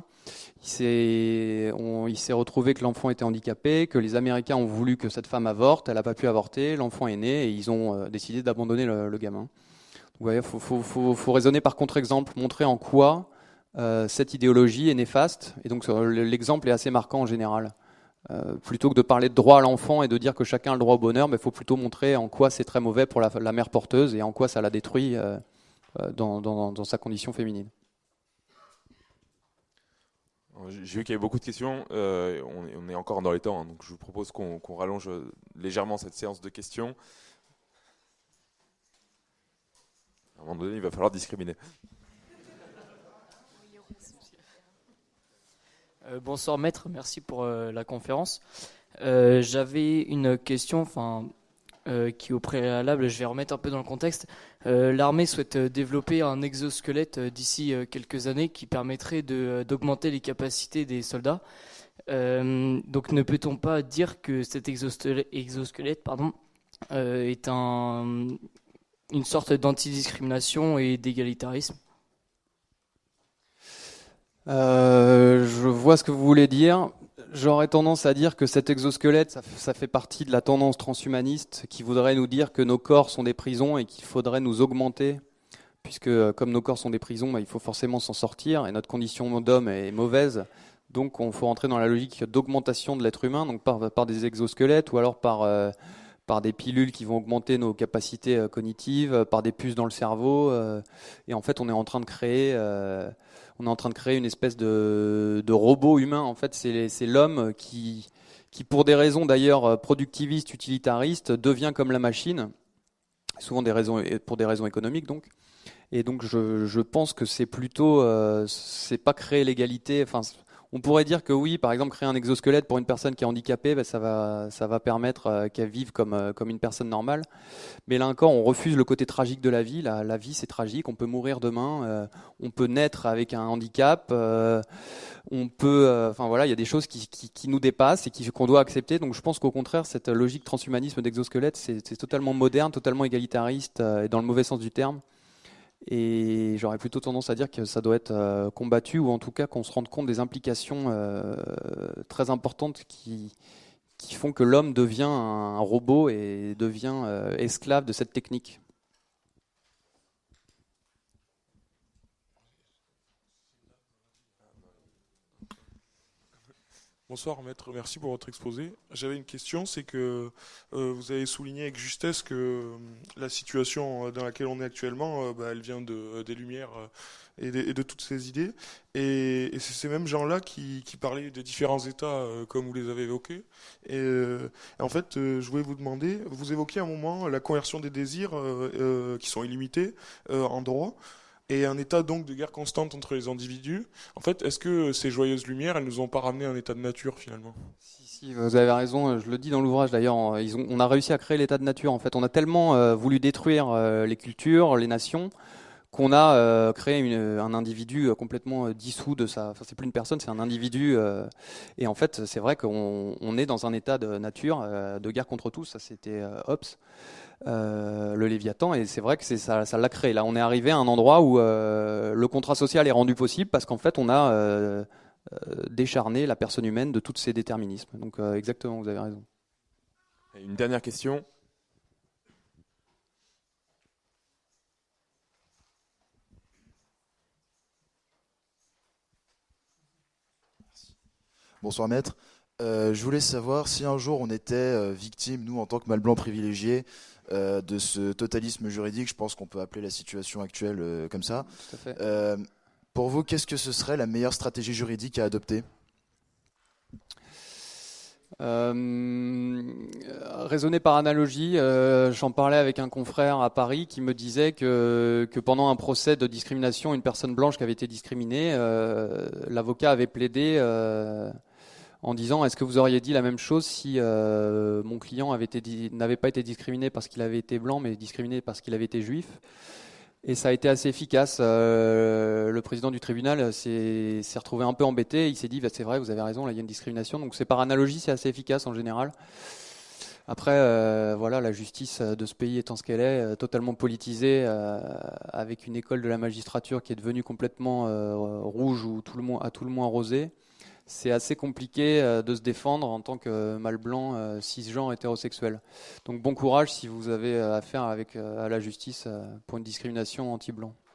Il s'est retrouvé que l'enfant était handicapé, que les Américains ont voulu que cette femme avorte, elle n'a pas pu avorter, l'enfant est né et ils ont décidé d'abandonner le gamin. Il faut raisonner par contre-exemple, montrer en quoi cette idéologie est néfaste. Et donc l'exemple est assez marquant en général. Plutôt que de parler de droit à l'enfant et de dire que chacun a le droit au bonheur, il faut plutôt montrer en quoi c'est très mauvais pour la mère porteuse et en quoi ça la détruit dans sa condition féminine. J'ai vu qu'il y avait beaucoup de questions, on est encore dans les temps, donc je vous propose qu'on rallonge légèrement cette séance de questions. À un moment donné, il va falloir discriminer. Bonsoir maître, merci pour la conférence. J'avais une question qui au préalable, je vais remettre un peu dans le contexte. L'armée souhaite développer un exosquelette d'ici quelques années qui permettrait d'augmenter les capacités des soldats. Donc ne peut-on pas dire que cet exosquelette est une sorte d'antidiscrimination et d'égalitarisme ? Je vois ce que vous voulez dire. J'aurais tendance à dire que cet exosquelette, ça fait partie de la tendance transhumaniste qui voudrait nous dire que nos corps sont des prisons et qu'il faudrait nous augmenter, puisque comme nos corps sont des prisons, il faut forcément s'en sortir et notre condition d'homme est mauvaise. Donc il faut entrer dans la logique d'augmentation de l'être humain, donc par des exosquelettes ou alors par des pilules qui vont augmenter nos capacités cognitives, par des puces dans le cerveau. Et en fait, on est en train de créer une espèce de robot humain. En fait, c'est l'homme qui, pour des raisons d'ailleurs productivistes, utilitaristes, devient comme la machine, souvent pour des raisons économiques donc. Et donc je pense que c'est plutôt, c'est pas créer l'égalité. Enfin, on pourrait dire que oui, par exemple, créer un exosquelette pour une personne qui est handicapée, ça va permettre qu'elle vive comme une personne normale. Mais là encore, on refuse le côté tragique de la vie. La vie, c'est tragique. On peut mourir demain. On peut naître avec un handicap. Il y a des choses qui nous dépassent et qu'on doit accepter. Donc je pense qu'au contraire, cette logique transhumanisme d'exosquelette, c'est totalement moderne, totalement égalitariste, et dans le mauvais sens du terme. Et j'aurais plutôt tendance à dire que ça doit être combattu, ou en tout cas qu'on se rende compte des implications très importantes qui font que l'homme devient un robot et devient esclave de cette technique. Bonsoir maître, merci pour votre exposé. J'avais une question, c'est que vous avez souligné avec justesse que la situation dans laquelle on est actuellement, elle vient des Lumières et de toutes ces idées. Et c'est ces mêmes gens-là qui parlaient des différents États comme vous les avez évoqués. En fait, je voulais vous demander, vous évoquiez à un moment la conversion des désirs qui sont illimités en droit. Et un état donc de guerre constante entre les individus. En fait, est-ce que ces joyeuses lumières, elles nous ont pas ramené à un état de nature finalement? Si, vous avez raison, je le dis dans l'ouvrage d'ailleurs, on a réussi à créer l'état de nature. En fait, on a tellement voulu détruire les cultures, les nations, qu'on a créé un individu complètement dissous de sa. Enfin, c'est plus une personne, c'est un individu. Et en fait, c'est vrai qu'on est dans un état de nature, de guerre contre tous. Ça, c'était Hobbes. Le Léviathan, et c'est vrai que ça l'a créé. Là, on est arrivé à un endroit où le contrat social est rendu possible parce qu'en fait, on a décharné la personne humaine de tous ces déterminismes. Donc, exactement, vous avez raison. Et une dernière question. Bonsoir maître. Je voulais savoir si un jour on était victime, nous en tant que mâles blancs privilégiés, de ce totalisme juridique, je pense qu'on peut appeler la situation actuelle comme ça. Tout à fait. Pour vous, qu'est-ce que ce serait la meilleure stratégie juridique à adopter ? Raisonner par analogie, j'en parlais avec un confrère à Paris qui me disait que pendant un procès de discrimination, une personne blanche qui avait été discriminée, l'avocat avait plaidé en disant est-ce que vous auriez dit la même chose si mon client n'avait pas été discriminé parce qu'il avait été blanc, mais discriminé parce qu'il avait été juif. Et ça a été assez efficace. Le président du tribunal s'est retrouvé un peu embêté. Il s'est dit, bah, c'est vrai, vous avez raison, là il y a une discrimination. Donc c'est par analogie, c'est assez efficace en général. Après, voilà, la justice de ce pays étant ce qu'elle est, totalement politisée, avec une école de la magistrature qui est devenue complètement rouge ou à tout le moins rosée. C'est assez compliqué de se défendre en tant que mâle blanc, cisgenre, hétérosexuel. Donc bon courage si vous avez affaire à la justice pour une discrimination anti-blanc.